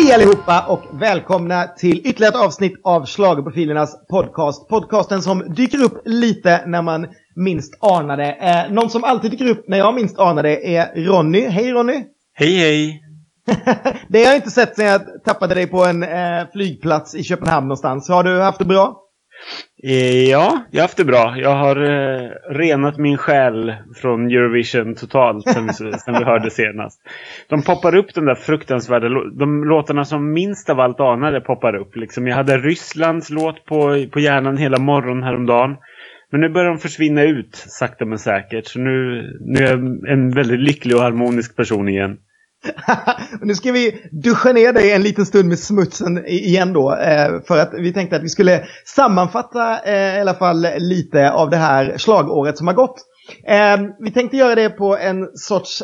Hej allihopa och välkomna till ytterligare ett avsnitt av Schlagerprofilernas podcast. Podcasten som dyker upp lite när man minst anar det. Någon som alltid dyker upp när jag minst anar det är Ronny. Hej Ronny! Hej hej! Det har jag inte sett sedan jag tappade dig på en flygplats i Köpenhamn någonstans. Har du haft det bra? Ja, jag har haft det bra. Jag har renat min själ från Eurovision totalt sen vi hörde senast. De poppar upp de där fruktansvärda de låtarna som minst av allt anade poppar upp. Liksom, jag hade Rysslands låt på hjärnan hela morgonen häromdagen. Men nu börjar de försvinna ut sakta men säkert. Så nu är jag en väldigt lycklig och harmonisk person igen. Nu ska vi duscha ner dig en liten stund med smutsen igen då, för att vi tänkte att vi skulle sammanfatta i alla fall lite av det här slagåret som har gått. Vi tänkte göra det på en sorts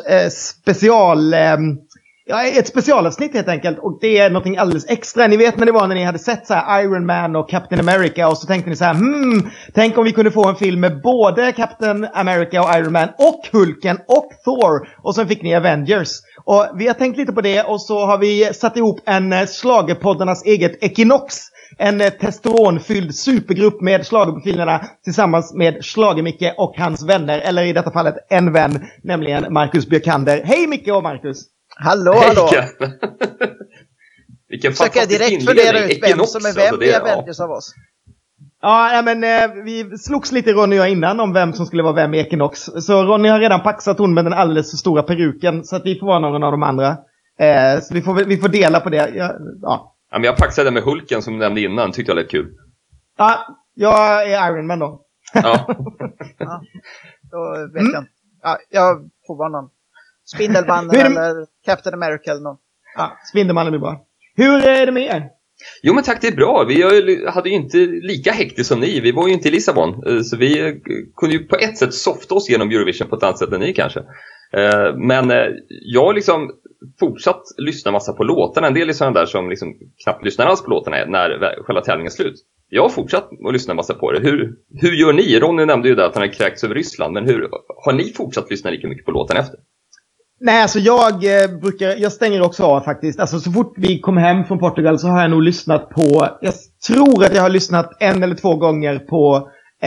ett specialavsnitt helt enkelt, och det är någonting alldeles extra. Ni vet när det var när ni hade sett så här Iron Man och Captain America, och så tänkte ni så här, tänk om vi kunde få en film med både Captain America och Iron Man och Hulken och Thor, och sen fick ni Avengers. Och vi har tänkt lite på det, och så har vi satt ihop en Schlagerpoddarnas eget Equinox, en testosteronfylld supergrupp med Schlagerprofilerna tillsammans med Schlager-Micke och hans vänner, eller i detta fallet en vän, nämligen Marcus Björkander. Hej Micke och Marcus! Hallå! Vilken försöker direkt fundera ut vem som är vem i Avengers av oss. Ja, men vi slogs lite Ronny och jag innan om vem som skulle vara vem i Equinox. Så Ronny har redan paxat hon med den alldeles för stora peruken, så att vi får vara någon av de andra. Så vi får dela på det. Ja, men jag paxade med Hulken som du nämnde innan, tyckte jag lät kul. Ja, jag är Iron Man då. Ja. Ja, då vet jag. Ja, jag får vara någon Spindelmannen eller Captain America eller någon. Ja, Spindelmannen blir bra. Hur är det med er? Jo men tack, det är bra. Vi hade ju inte lika hektiskt som ni. Vi var ju inte i Lissabon. Så vi kunde ju på ett sätt softa oss genom Eurovision på ett annat sätt än ni kanske. Men jag har liksom fortsatt lyssna massa på låtarna. En del är sådana där som liksom knappt lyssnar alls på låtarna när själva tävlingen är slut. Jag har fortsatt att lyssna massa på det. Hur gör ni? Ronny nämnde ju där att han har kräkts över Ryssland. Men har ni fortsatt lyssna lika mycket på låten efter? Nej, alltså jag stänger också av faktiskt. Alltså så fort vi kom hem från Portugal så har jag nog lyssnat på, jag tror att jag har lyssnat 1 eller 2 gånger på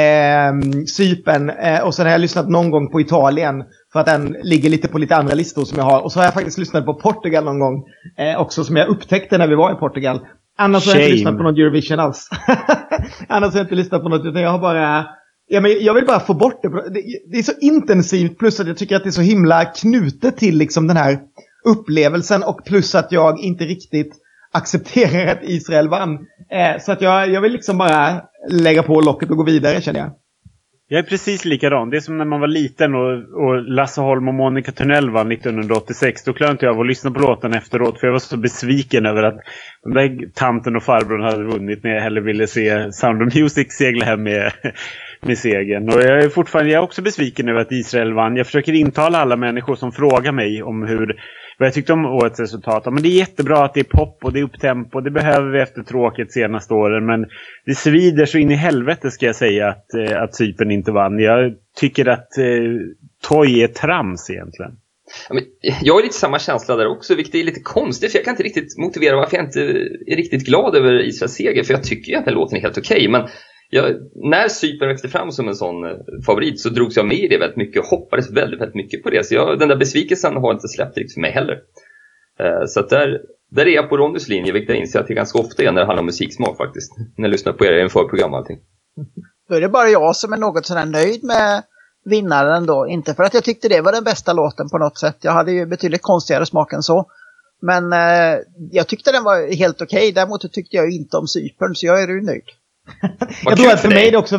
Cypern, och sen har jag lyssnat någon gång på Italien för att den ligger lite på lite andra listor som jag har. Och så har jag faktiskt lyssnat på Portugal någon gång också, som jag upptäckte när vi var i Portugal. Annars har jag inte lyssnat på någon Eurovision alls. Annars har jag inte lyssnat på något, utan jag har bara... Ja, men jag vill bara få bort det. Det är så intensivt, plus att jag tycker att det är så himla knutet till liksom den här upplevelsen, och plus att jag inte riktigt accepterar att Israel vann. Så att jag vill liksom bara lägga på locket och gå vidare, känner jag. Jag är precis likadan. Det är som när man var liten och Lasse Holm och Monica Törnell vann 1986. Då klarade inte jag av att lyssna på låten efteråt, för jag var så besviken över att den där tanten och farbrorn hade vunnit, när jag hellre ville se Sound of Music segla hem med segern. Och jag är också besviken över att Israel vann. Jag försöker intala alla människor som frågar mig om vad jag tyckte om årets resultat. Men det är jättebra att det är pop och det är upptempo. Det behöver vi efter tråkigt senaste åren. Men det svider så in i helvete, ska jag säga, att Cypern inte vann. Jag tycker att Toy är trams egentligen. Ja, men jag har lite samma känsla där också, vilket är lite konstigt, för jag kan inte riktigt motivera varför jag inte är riktigt glad över Israels seger, för jag tycker ju att den låten är helt okej. Men när Cypern växte fram som en sån favorit så drogs jag med i det väldigt mycket och hoppades väldigt, väldigt mycket på det. Så den där besvikelsen har inte släppt riktigt för mig heller. Så att där är jag på Ronnys linje, vilket jag inser att det är ganska ofta när det handlar om musiksmak faktiskt. När jag lyssnar på er inför program och allting. Då är det bara jag som är något sådär nöjd med vinnaren då. Inte för att jag tyckte det var den bästa låten på något sätt. Jag hade ju betydligt konstigare smak än så. Men jag tyckte den var helt okej. Däremot tyckte jag inte om Cypern, så jag är ju nöjd. Jag tror att för mig är det också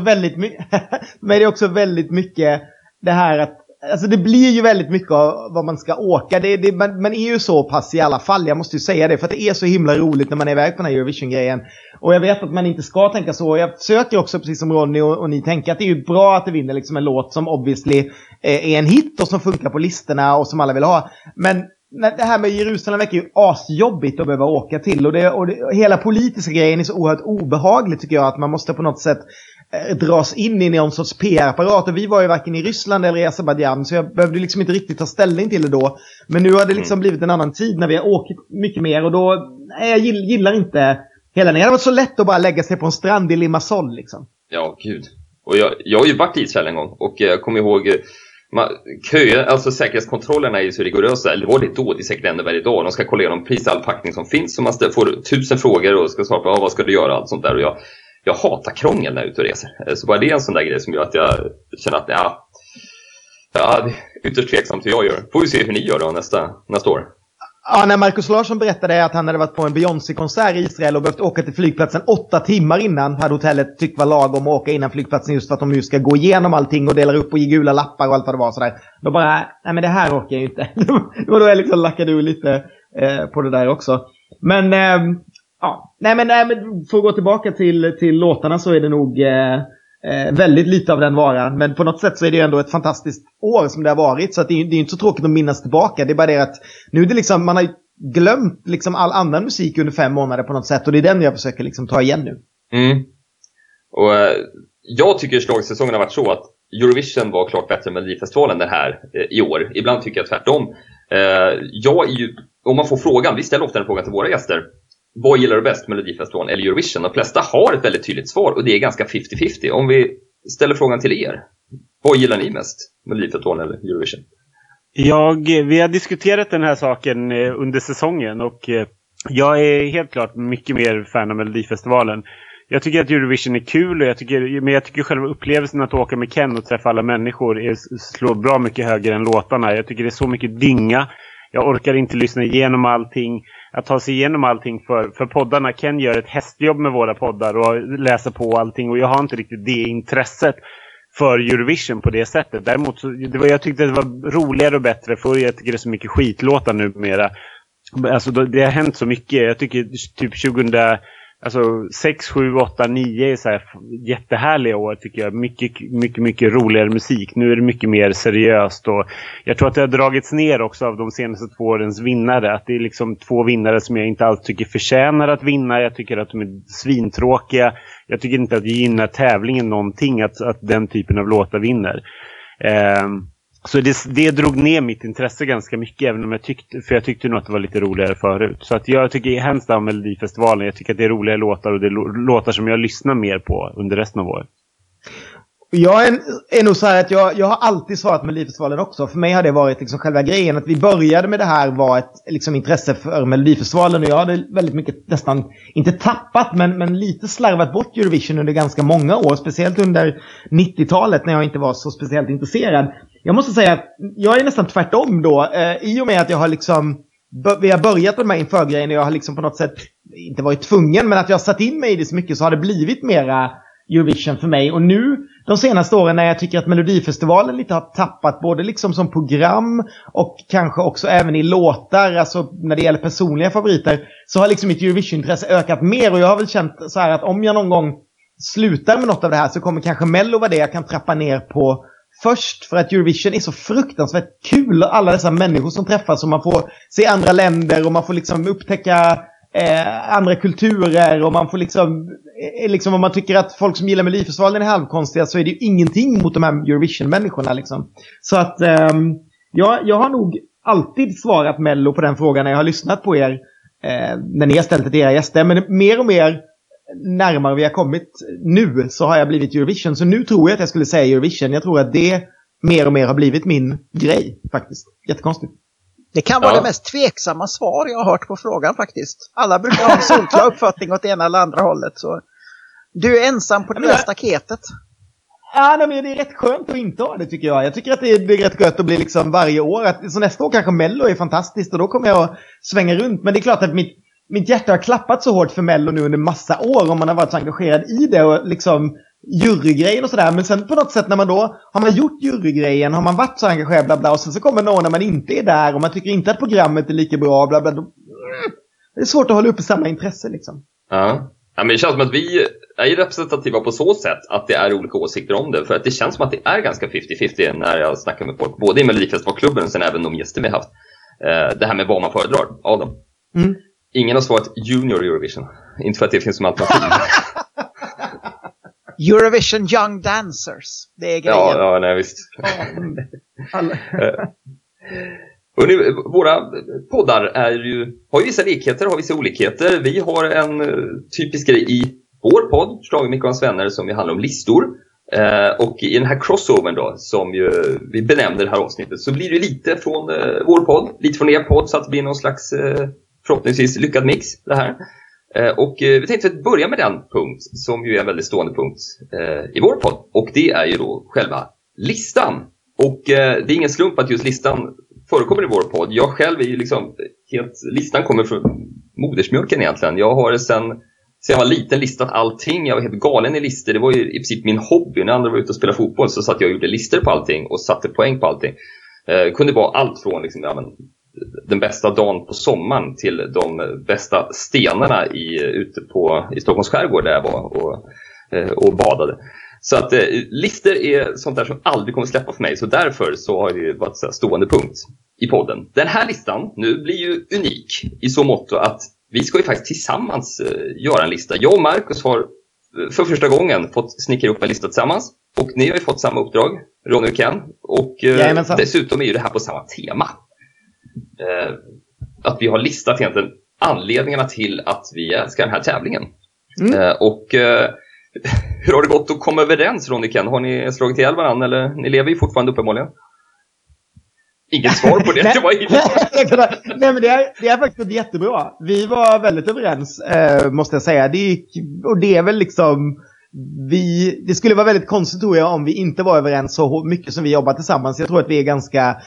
väldigt mycket det här att, alltså det blir ju väldigt mycket av vad man ska åka. Man är ju så pass i alla fall, jag måste ju säga det, för att det är så himla roligt när man är iväg på den här Eurovision-grejen. Och jag vet att man inte ska tänka så. Jag försöker också, precis som Ronny och ni, tänka att det är ju bra att det vinner liksom en låt som obviously är en hit och som funkar på listorna och som alla vill ha. Men det här med Jerusalem verkar ju asjobbigt att behöva åka till, och hela politiska grejen är så oerhört obehagligt, tycker jag, att man måste på något sätt dras in i någon sorts PR-apparat. Och vi var ju varken i Ryssland eller i Azerbaijan, så jag behövde liksom inte riktigt ta ställning till det då. Men nu har det liksom blivit en annan tid när vi har åkt mycket mer, och då, jag gillar inte hela det. Det var så lätt att bara lägga sig på en strand i Limassol liksom. Ja, gud. Och jag har ju varit i Israel en gång, och jag kommer ihåg köer, alltså säkerhetskontrollerna är ju så rigorösa, eller var det då, det är säkert ännu varje dag. De ska kolla igenom precis all packning som finns, så man får 1000 frågor och ska svara på vad ska du göra, allt sånt där. Och jag hatar krångel när jag är ute och reser. Så bara det är en sån där grej som gör att jag känner att det är ytterst tveksamt hur jag gör. Får vi se hur ni gör då nästa år. Ja, när Marcus Larsson berättade att han hade varit på en Beyoncé-konsert i Israel och behövt åka till flygplatsen 8 timmar innan, hade hotellet tyckt var lagom att åka innan flygplatsen, just för att de nu ska gå igenom allting och delar upp och ge gula lappar och allt vad det var sådär. Då bara, nej men det här orkar jag ju inte. Det var då jag liksom lackade ur lite på det där också. Men, nej men för att gå tillbaka till låtarna, så är det nog väldigt lite av den varan. Men på något sätt så är det ju ändå ett fantastiskt år som det har varit. Så att det är inte så tråkigt att minnas tillbaka. Det är bara det att nu är det liksom, man har glömt liksom all annan musik under 5 månader på något sätt. Och det är den jag försöker liksom ta igen nu. Och jag tycker slagsäsongen har varit så att Eurovision var klart bättre än Melodifestivalen den här i år. Ibland tycker jag tvärtom. Jag är ju, om man får frågan, vi ställer ofta den frågan till våra gäster: vad gillar du bäst, Melodifestivalen eller Eurovision? De flesta har ett väldigt tydligt svar, och det är ganska 50-50. Om vi ställer frågan till er, vad gillar ni mest, Melodifestivalen eller Eurovision? Vi har diskuterat den här saken under säsongen, och jag är helt klart mycket mer fan av Melodifestivalen. Jag tycker att Eurovision är kul, och jag tycker själva upplevelsen att åka med Ken och träffa alla människor slår bra mycket högre än låtarna. Jag tycker det är så mycket dynga. Jag orkar inte lyssna igenom allting. Att ta sig igenom allting för poddarna. Ken gör ett hästjobb med våra poddar och läser på allting. Och jag har inte riktigt det intresset för Eurovision på det sättet. Däremot jag tyckte det var roligare och bättre förr. Jag tycker det är så mycket skitlåtar numera. Alltså det har hänt så mycket. Jag tycker typ 6, 7, 8, 9 är så här jättehärliga år, tycker jag. Mycket roligare musik. Nu är det mycket mer seriöst, och jag tror att det har dragits ner också av de senaste 2 årens vinnare. Att det är liksom 2 vinnare som jag inte alls tycker förtjänar att vinna. Jag tycker att de är svintråkiga. Jag tycker inte att det gynnar tävlingen någonting att den typen av låtar vinner. Så det drog ner mitt intresse ganska mycket, även om jag tyckte nog att det var lite roligare förut. Så att jag tycker hemskt om Melodifestivalen. Jag tycker att det är roliga låtar, och det är låtar som jag lyssnar mer på under resten av året. Jag är nog så här att jag har alltid svarat Melodifestivalen också. För mig har det varit liksom själva grejen. Att vi började med det här var ett liksom intresse för Melodifestivalen. Och jag hade väldigt mycket, nästan inte tappat, men lite slarvat bort Eurovision under ganska många år. Speciellt under 90-talet när jag inte var så speciellt intresserad. Jag måste säga att jag är nästan tvärtom då. I och med att jag har liksom, vi har börjat med de här införgrejerna, och jag har liksom på något sätt inte varit tvungen, men att jag har satt in mig i det så mycket, så har det blivit mera Eurovision för mig. Och nu, de senaste åren, när jag tycker att Melodifestivalen lite har tappat, både liksom som program och kanske också även i låtar, alltså när det gäller personliga favoriter, så har liksom mitt Eurovision-intresse ökat mer. Och jag har väl känt så här att om jag någon gång slutar med något av det här, så kommer kanske Mello vara det jag kan trappa ner på först, för att Eurovision är så fruktansvärt kul, och alla dessa människor som träffas, och man får se andra länder, och man får liksom upptäcka andra kulturer, och man får liksom om man tycker att folk som gillar Melodifestivalen är halvkonstiga, så är det ju ingenting mot de här Eurovision-människorna liksom. Så att jag har nog alltid svarat Mello på den frågan när jag har lyssnat på er när ni har ställt det till era gäster, men mer och mer närmare vi har kommit nu, så har jag blivit Eurovision. Så nu tror jag att jag skulle säga Eurovision. Jag tror att det mer och mer har blivit min grej faktiskt. Jättekonstigt. Det kan vara det mest tveksamma svar jag har hört på frågan faktiskt. Alla brukar ha en solklar uppfattning åt ena eller andra hållet. Så du är ensam på det där staketet. Ja, men det är rätt skönt att inte ha det, tycker jag. Jag tycker att det är rätt gött att bli liksom varje år. Så nästa år kanske Mello är fantastiskt, och då kommer jag att svänga runt. Men det är klart att mitt hjärta har klappat så hårt för Mello nu under massa år, om man har varit så engagerad i det, och liksom jurygrejen och sådär. Men sen på något sätt när man då har man gjort jurygrejen, har man varit så engagerad bla bla, och sen så kommer någon när man inte är där och man tycker inte att programmet är lika bra bla bla, det är svårt att hålla uppe samma intresse liksom. Ja, men det känns som att vi är representativa på så sätt att det är olika åsikter om det, för att det känns som att det är ganska 50-50 när jag snackar med folk, både i Melodifestivalklubben och sen även de gäster vi har haft. Det här med vad man föredrar av dem. Ingen har svarat Junior Eurovision. Inte för att det finns som alternativ. Eurovision Young Dancers. Det är grejen. Ja, nej visst. Och nu, våra poddar har ju vissa likheter, har vissa olikheter. Vi har en typisk grej i vår podd, Schlagermikons vänner, som handlar om listor. Och i den här crossovern då, som ju vi benämner det här avsnittet, så blir det lite från vår podd, lite från er podd, så att det blir någon slags förhoppningsvis lyckad mix det här. Och vi tänkte att börja med den punkt som ju är en väldigt stående punkt i vår podd. Och det är ju då själva listan. Och det är ingen slump att just listan förekommer i vår podd. Jag själv är ju liksom listan kommer från modersmjölken egentligen. Jag har sen jag var liten listat allting. Jag var helt galen i listor. Det var ju i princip min hobby. När andra var ute och spelade fotboll så satt jag och gjorde listor på allting och satte poäng på allting. Det kunde vara allt från liksom, den bästa dagen på sommaren till de bästa stenarna ute i Stockholms skärgård där jag var och badade. Så att listor är sånt där som aldrig kommer släppa för mig. Så därför så har det varit en stående punkt i podden. Den här listan nu blir ju unik i så mått att vi ska ju faktiskt tillsammans göra en lista. Jag och Marcus har för första gången fått snickra upp en lista tillsammans. Och ni har ju fått samma uppdrag, Ronny och Ken. Och dessutom är ju det här på samma tema. Att vi har listat egentligen anledningarna till att vi älskar den här tävlingen. Och hur har det gått att komma överens, Ronny och Ken? Har ni slagit ihjäl varandra eller ni lever ju fortfarande uppenbarligen? Inget svar på det. Nej, men det är faktiskt jättebra. Vi var väldigt överens, måste jag säga. Det är väl liksom det skulle vara väldigt konstigt tror jag om vi inte var överens så mycket som vi jobbar tillsammans. Jag tror att vi är ganska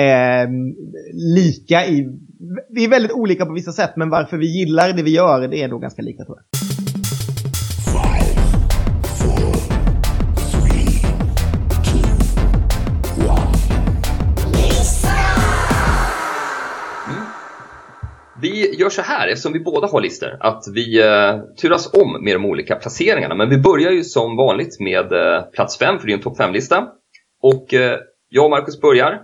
lika vi är väldigt olika på vissa sätt, men varför vi gillar det vi gör, det är nog ganska lika tror jag. Vi gör så här, eftersom vi båda har listor, att vi turas om med de olika placeringarna. Men vi börjar ju som vanligt med plats 5, för det är en topp 5-lista. Och jag och Marcus börjar.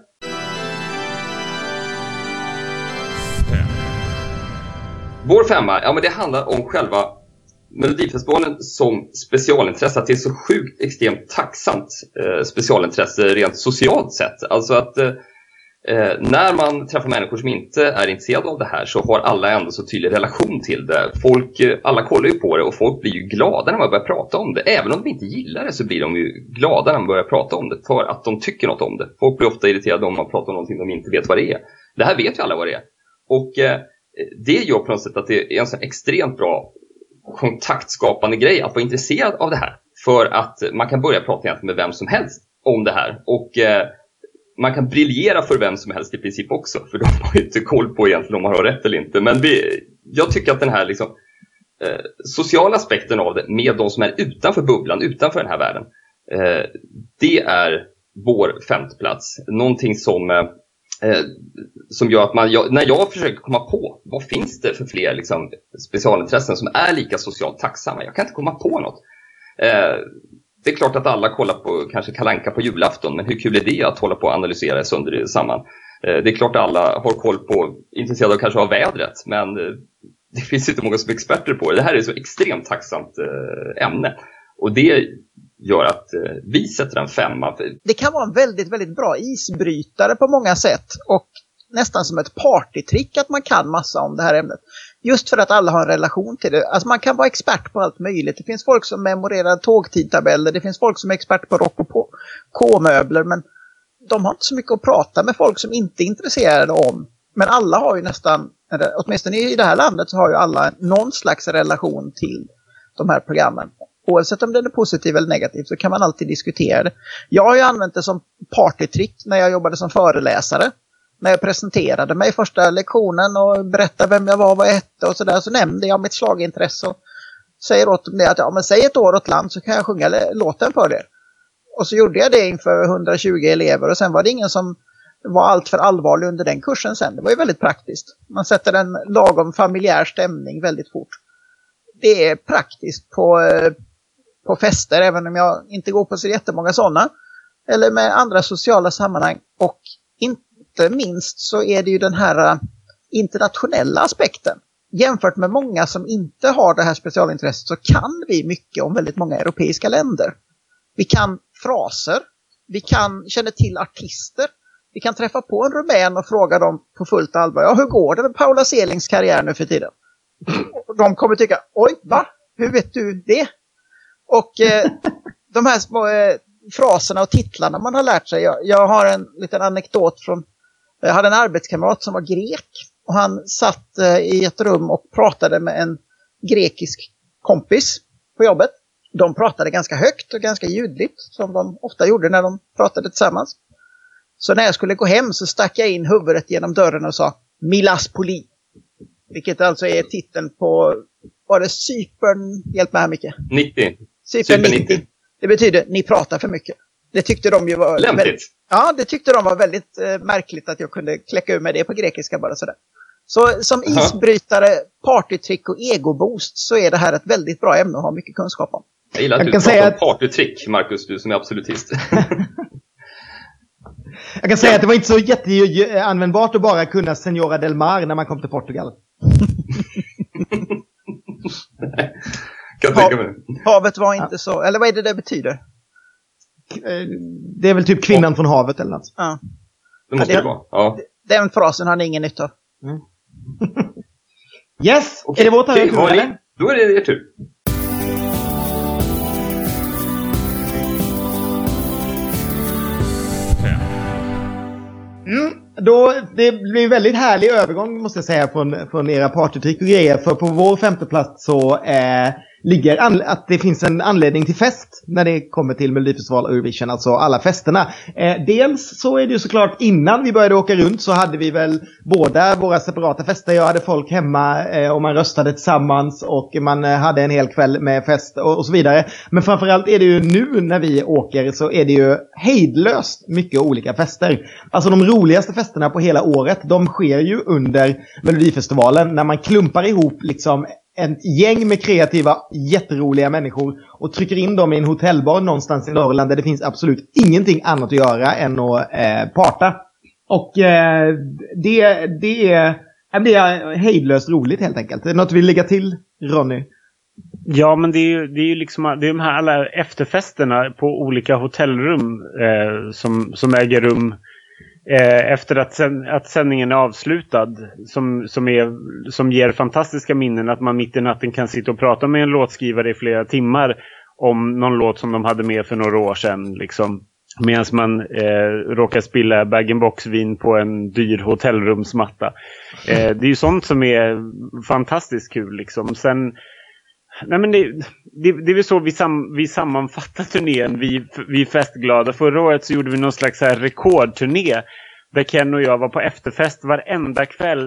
Vår 5, men det handlar om själva Melodifestivalen som specialintresse. Att det är så sjukt extremt tacksamt specialintresse rent socialt sett. Alltså att när man träffar människor som inte är intresserade av det här så har alla ändå så tydlig relation till det. Alla kollar ju på det och folk blir ju glada när man börjar prata om det. Även om de inte gillar det så blir de ju glada när man börjar prata om det för att de tycker något om det. Folk blir ofta irriterade om man pratar om någonting de inte vet vad det är. Det här vet ju alla vad det är. Och det gör på något sätt att det är en sån extremt bra kontaktskapande grej att vara intresserad av det här. För att man kan börja prata egentligen med vem som helst om det här. Och man kan briljera för vem som helst i princip också. För de har ju inte koll på egentligen om man har rätt eller inte. Men jag tycker att den här liksom, sociala aspekten av det med de som är utanför bubblan, utanför den här världen. Det är vår 5:e plats. Någonting som gör att när jag försöker komma på vad finns det för fler liksom, specialintressen som är lika socialt tacksamma. Jag kan inte komma på något. Det är klart att alla kollar på kanske Kalle Anka på julafton, men hur kul är det att hålla på och analysera sönder samman? Det är klart att alla har koll på, intresserade av kanske av vädret, men det finns inte många som är experter på det. Det här är så extremt tacksamt ämne. Och det gör att vi sätter en 5. Det kan vara en väldigt, väldigt bra isbrytare på många sätt. Och nästan som ett partytrick att man kan massa om det här ämnet. Just för att alla har en relation till det. Alltså man kan vara expert på allt möjligt. Det finns folk som memorerar tågtidtabeller. Det finns folk som är expert på rock och K-möbler. Men de har inte så mycket att prata med folk som inte är intresserade om. Men alla har ju nästan, åtminstone i det här landet så har ju alla någon slags relation till de här programmen. Oavsett om den är positiv eller negativ så kan man alltid diskutera det. Jag har ju använt det som partytrick när jag jobbade som föreläsare. När jag presenterade mig i första lektionen och berättade vem jag var, vad jag hette och sådär, så nämnde jag mitt slagintresse och säger åt dem att ja, men säg ett år åt land så kan jag sjunga låten för er. Och så gjorde jag det inför 120 elever och sen var det ingen som var allt för allvarlig under den kursen sen. Det var ju väldigt praktiskt. Man sätter en lagom familjär stämning väldigt fort. Det är praktiskt på fester, även om jag inte går på så jättemånga sådana. Eller med andra sociala sammanhang. Och inte minst så är det ju den här internationella aspekten. jämfört med många som inte har det här specialintresset så kan vi mycket om väldigt många europeiska länder. Vi kan fraser, vi känner till artister, vi kan träffa på en rumän och fråga dem på fullt allvar. Ja, hur går det med Paula Selings karriär nu för tiden? Och de kommer tycka, oj, va? Hur vet du det? Och de här små fraserna och titlarna man har lärt sig. Jag har en liten anekdot från, jag hade en arbetskamrat som var grek. Och han satt i ett rum och pratade med en grekisk kompis på jobbet. De pratade ganska högt och ganska ljudligt, som de ofta gjorde när de pratade tillsammans. Så när jag skulle gå hem så stack jag in huvudet genom dörren och sa Milas Poli. Vilket alltså är titeln på, var det Cypern, hjälp mig här Micke. 90. Cypern 90. Det betyder ni pratar för mycket. Det tyckte de ju var lämpligt. Ja, det tyckte de var väldigt märkligt att jag kunde kläcka ur med det på grekiska bara sådär. Så som isbrytare, partytrick och egoboost så är det här ett väldigt bra ämne att ha mycket kunskap om. Jag gillar att du pratar om partytrick, Marcus, du som är absolutist. Jag kan säga att det var inte så jätteanvändbart att bara kunna Senora del Mar när man kom till Portugal. Kan tänka mig. Havet var inte så, eller vad är det betyder? Det är väl typ kvinnan från havet eller något. Ja. Det måste det vara. Ja. Den frasen har ni ingen nytta av. Yes, okay. Är det vår tur? Okay, då är det er tur. Det blir en väldigt härlig övergång måste jag säga från era partytrick och grejer. För på vår femte plats så ligger att det finns en anledning till fest när det kommer till Melodifestival och Eurovision, alltså alla festerna. Dels så är det ju såklart innan vi började åka runt så hade vi väl båda våra separata fester. Jag hade folk hemma och man röstade tillsammans och man hade en hel kväll med fest och så vidare. Men framförallt är det ju nu när vi åker så är det ju hejdlöst mycket olika fester. Alltså de roligaste festerna på hela året, de sker ju under Melodifestivalen när man klumpar ihop liksom ett gäng med kreativa, jätteroliga människor och trycker in dem i en hotellbar någonstans i Norrland där det finns absolut ingenting annat att göra än att parta. Och det är hejdlöst roligt helt enkelt. Det är något du vill lägga till, Ronny? Ja, men det är ju liksom det är de här alla efterfesterna på olika hotellrum som äger rum efter att sändningen är avslutad som ger fantastiska minnen, att man mitt i natten kan sitta och prata med en låtskrivare i flera timmar om någon låt som de hade med för några år sedan liksom, medan man råkar spilla bag-in-box-vin på en dyr hotellrumsmatta. Det är ju sånt som är fantastiskt kul liksom. Sen nej, men det är väl så vi sammanfattar turnén. Vi är festglada. Förra året så gjorde vi någon slags här rekordturné där Ken och jag var på efterfest varenda kväll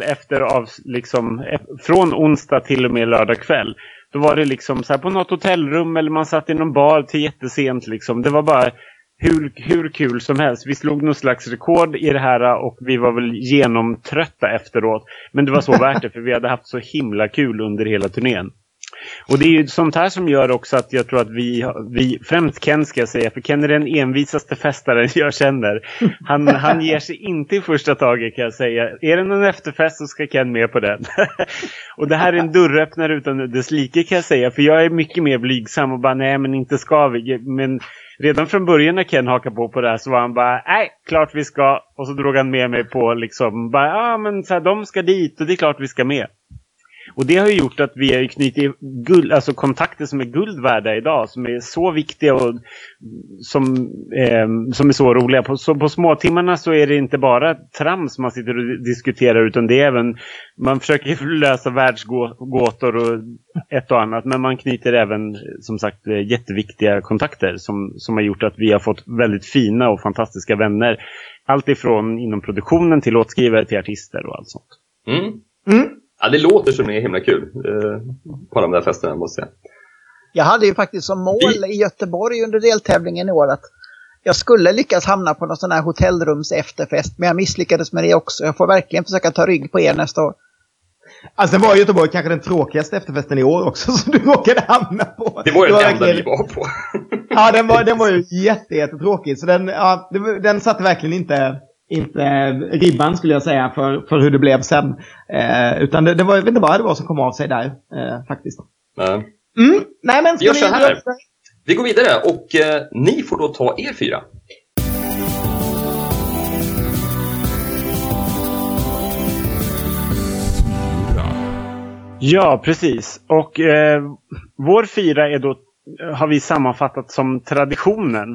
från onsdag till och med lördag kväll. Då var det liksom så här på något hotellrum eller man satt i någon bar till jättesent liksom. Det var bara hur kul som helst. Vi slog någon slags rekord i det här och vi var väl genomtrötta efteråt. Men det var så värt det för vi hade haft så himla kul under hela turnén. Och det är ju sånt här som gör också att jag tror att vi främst Ken ska jag säga, för Ken är den envisaste festaren jag känner. Han ger sig inte i första taget kan jag säga. Är det någon efterfest så ska Ken med på den. Och det här är en dörröppnare utan dess like kan jag säga, för jag är mycket mer blygsam och bara nej men inte ska vi. Men redan från början när Ken hakade på det här så var han bara nej, klart vi ska. Och så drog han med mig på liksom bara ja men så här, de ska dit och det är klart vi ska med. Och det har ju gjort att vi har knutit alltså kontakter som är guld värda idag, som är så viktiga och som är så roliga. På småtimmarna så är det inte bara trams man sitter och diskuterar, utan det är även, man försöker lösa världsgåtor och ett och annat, men man knyter även som sagt jätteviktiga kontakter som har gjort att vi har fått väldigt fina och fantastiska vänner. Allt ifrån inom produktionen till låtskrivare till artister och allt sånt. Ja, det låter som det är himla kul på de där festerna måste jag säga. Jag hade ju faktiskt som mål i Göteborg under deltävlingen i år att jag skulle lyckas hamna på någon sån här hotellrums efterfest, men jag misslyckades med det också. Jag får verkligen försöka ta rygg på er nästa år. Alltså den var i Göteborg kanske den tråkigaste efterfesten i år också som du råkade hamna på. Det var ju den enda vi var på. Ja, den var ju jättetråkig. Så den satte verkligen inte inte ribban skulle jag säga för hur det blev sen. Utan det var, jag vet inte vad det var som kom av sig där faktiskt. Nej, men vi gör så här. Vi går vidare och ni får då ta er 4. Ja, precis. Och vår 4 är då, har vi sammanfattat som traditionen.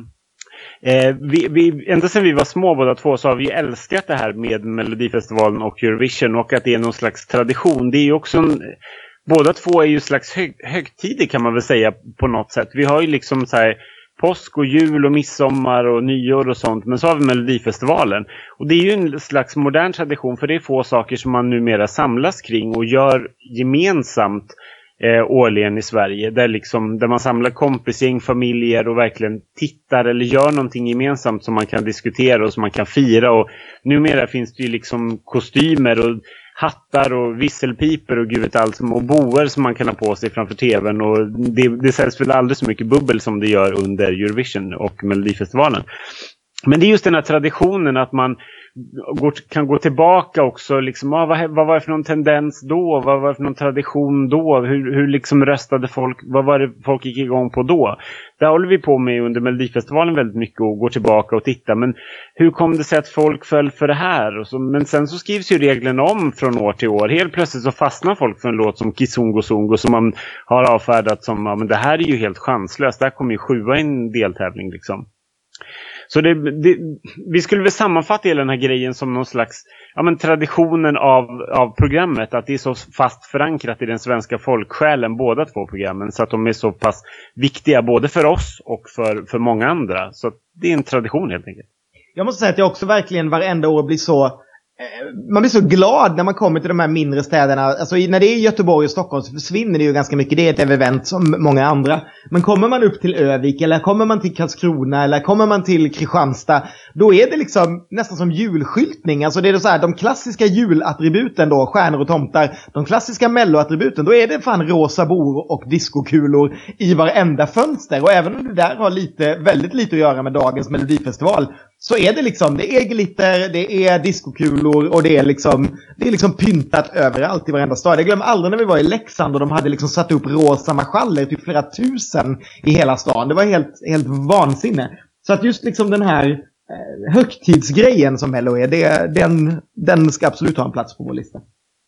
Ända sedan vi var små båda två så har vi älskat det här med Melodifestivalen och Eurovision, och att det är någon slags tradition. Det är ju också båda två är ju slags högtider kan man väl säga på något sätt. Vi har ju liksom så här påsk och jul och midsommar och nyår och sånt. Men så har vi Melodifestivalen. Och det är ju en slags modern tradition, för det är få saker som man numera samlas kring och gör gemensamt årligen i Sverige. Där man samlar kompisgäng, familjer och verkligen tittar eller gör någonting gemensamt som man kan diskutera och som man kan fira. Och numera finns det ju liksom kostymer och hattar och visselpiper och gud vet allt, och boer som man kan ha på sig framför tvn, och det säljs väl alldeles så mycket bubbel som det gör under Eurovision och Melodifestivalen. Men det är just den här traditionen att man kan gå tillbaka också liksom, vad var det för någon tendens då, vad var det för någon tradition då, hur liksom röstade folk, vad var det folk gick igång på då. Det håller vi på med under Melodifestivalen väldigt mycket, och går tillbaka och tittar, men hur kom det sig att folk föll för det här? Och så, men sen så skrivs ju reglerna om från år till år. Helt plötsligt så fastnar folk för en låt som Kizungo Zungo som man har avfärdat som, ja, men det här är ju helt chanslöst, där kommer ju 7 i en deltävling liksom. Så vi skulle väl sammanfatta hela den här grejen som någon slags traditionen av programmet. Att det är så fast förankrat i den svenska folksjälen, båda två programmen. Så att de är så pass viktiga både för oss och för många andra. Så det är en tradition helt enkelt. Jag måste säga att jag också verkligen varenda år blir så... Man blir så glad när man kommer till de här mindre städerna. Alltså när det är Göteborg och Stockholm så försvinner det ju ganska mycket. Det är ett event som många andra. Men kommer man upp till Övik eller kommer man till Karlskrona eller kommer man till Kristianstad, då är det liksom nästan som julskyltning. Alltså det är så här, de klassiska julattributen då, stjärnor och tomtar, de klassiska melloattributen, då är det fan rosa bor och diskokulor i varenda fönster. Och även om det där har väldigt lite att göra med dagens Melodifestival, så är det liksom, det är glitter, det är diskokulor och det är liksom pyntat överallt i varenda stad. Jag glömmer aldrig när vi var i Leksand och de hade liksom satt upp rosa marschaller, typ flera tusen i hela stan. Det var helt vansinne. Så att just liksom den här högtidsgrejen som Mello är, den ska absolut ha en plats på vår lista.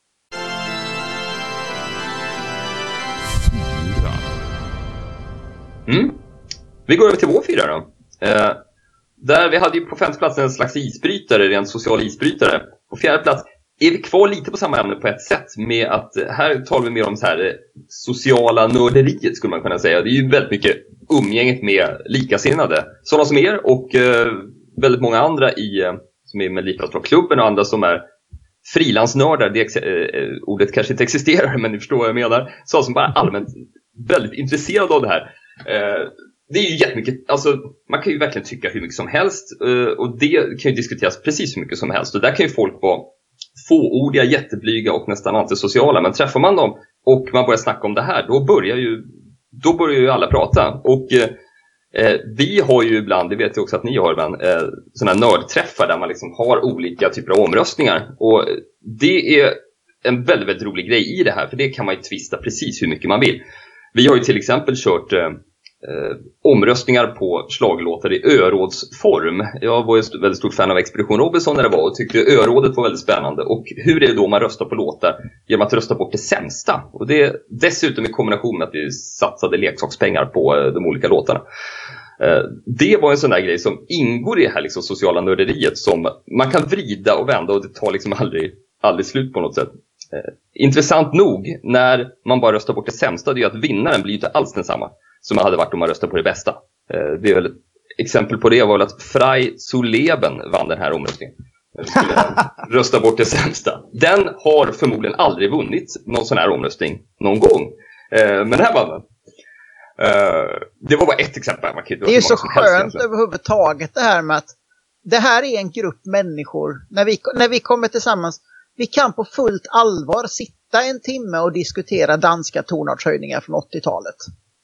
Vi går över till vår 4 då. Där vi hade ju på 5:e plats en slags isbrytare, en social isbrytare. På 4:e plats är vi kvar lite på samma ämne på ett sätt, med att här talar vi mer om så här sociala nörderiet skulle man kunna säga. Det är ju väldigt mycket umgänget med likasinnade. Sådana som er och väldigt många andra som är med Melodifestivalklubben och andra som är frilansnördar. Ordet kanske inte existerar, men ni förstår vad jag menar. Så som bara allmänt väldigt intresserade av det här. Det är ju jättemycket, alltså man kan ju verkligen tycka hur mycket som helst och det kan ju diskuteras precis hur mycket som helst. Och där kan ju folk vara fåordiga, jätteblyga och nästan antisociala. Men träffar man dem och man börjar snacka om det här, då börjar ju alla prata. Och vi har ju ibland, det vet jag också att ni har ibland, sådana här nördträffar där man liksom har olika typer av omröstningar. Och det är en väldigt, väldigt rolig grej i det här, för det kan man ju twista precis hur mycket man vill. Vi har ju till exempel kört omröstningar på slaglåtar i örådsform. Jag var ju väldigt stort fan av Expedition Robinson när det var och tyckte örådet var väldigt spännande. Och hur är det då man röstar på låtar genom att rösta bort det sämsta? Och det dessutom i kombination med att vi satsade leksakspengar på de olika låtarna. Det var en sån där grej som ingår i det här liksom sociala nörderiet som man kan vrida och vända och det tar liksom aldrig slut på något sätt. Intressant nog, när man bara röstar bort det sämsta, det är ju att vinnaren blir inte alls densamma som man hade varit om man röstade på det bästa. Det är väl ett exempel på det var väl att Frei Zuleben vann den här omröstningen. Rösta bort det sämsta. Den har förmodligen aldrig vunnit någon sån här omröstning någon gång. Men det här vann den. Det var bara ett exempel. Det är så skönt överhuvudtaget det här med att det här är en grupp människor. När vi kommer tillsammans, vi kan på fullt allvar sitta en timme och diskutera danska tonartshöjningar från 80-talet.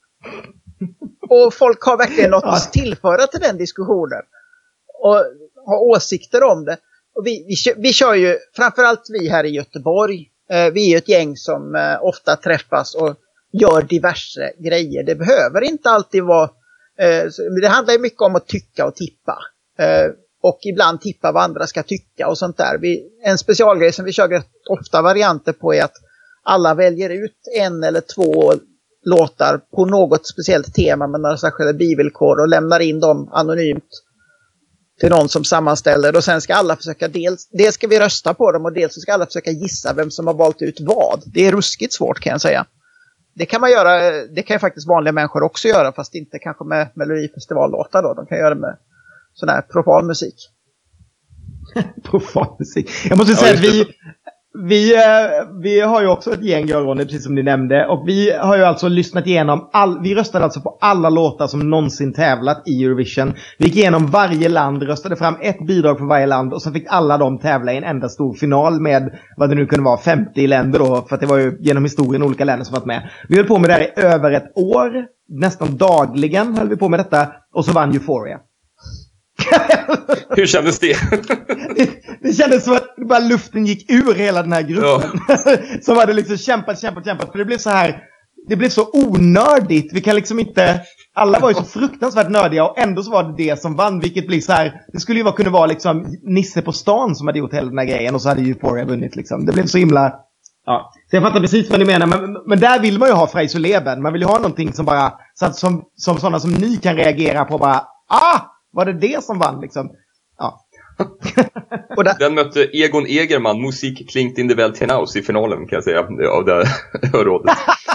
Och folk har verkligen något att tillföra till den diskussionen och har åsikter om det. Och vi kör ju, framförallt vi här i Göteborg, vi är ju ett gäng som ofta träffas och gör diverse grejer. Det behöver inte alltid vara, det handlar ju mycket om att tycka och tippa. Och ibland tippa vad andra ska tycka och sånt där. En specialgrej som vi kör ofta varianter på är att alla väljer ut en eller två låtar på något speciellt tema med några särskilda bivillkor och lämnar in dem anonymt till någon som sammanställer. Och sen ska alla försöka, dels ska vi rösta på dem och dels ska alla försöka gissa vem som har valt ut vad. Det är ruskigt svårt, kan jag säga. Det kan man göra, det kan ju faktiskt vanliga människor också göra, fast inte kanske med Melodifestivallåtar då. De kan göra det med sån här profan musik. Profan musik. Jag måste säga att vi har ju också ett gäng, Ronny, precis som ni nämnde. Och vi har ju alltså lyssnat igenom vi röstade alltså på alla låtar som någonsin tävlat i Eurovision. Vi gick igenom varje land, röstade fram ett bidrag för varje land. Och så fick alla de tävla i en enda stor final med vad det nu kunde vara, 50 länder då. För att det var ju genom historien olika länder som varit med. Vi höll på med det här i över ett år. Nästan dagligen höll vi på med detta. Och så vann Euphoria. Hur kändes det? Det kändes som att bara luften gick ur hela den här gruppen. Ja. Som hade liksom kämpat. För det blev så här, det blev så onördigt. Vi kan liksom inte, alla var ju så fruktansvärt nördiga och ändå så var det som vann. Vilket blir så här, det skulle ju kunna vara liksom Nisse på stan som hade gjort hela den här grejen. Och så hade Euphoria vunnit liksom. Det blev så himla, ja. Så jag fattar precis vad ni menar. Men där vill man ju ha Freis och Leben. Man vill ju ha någonting som bara, så att som sådana som ni kan reagera på bara, var det som vann liksom? Ja. Och den mötte Egon Egerman, Musik klingt in the Welt hinaus i finalen, kan jag säga, av det rådet.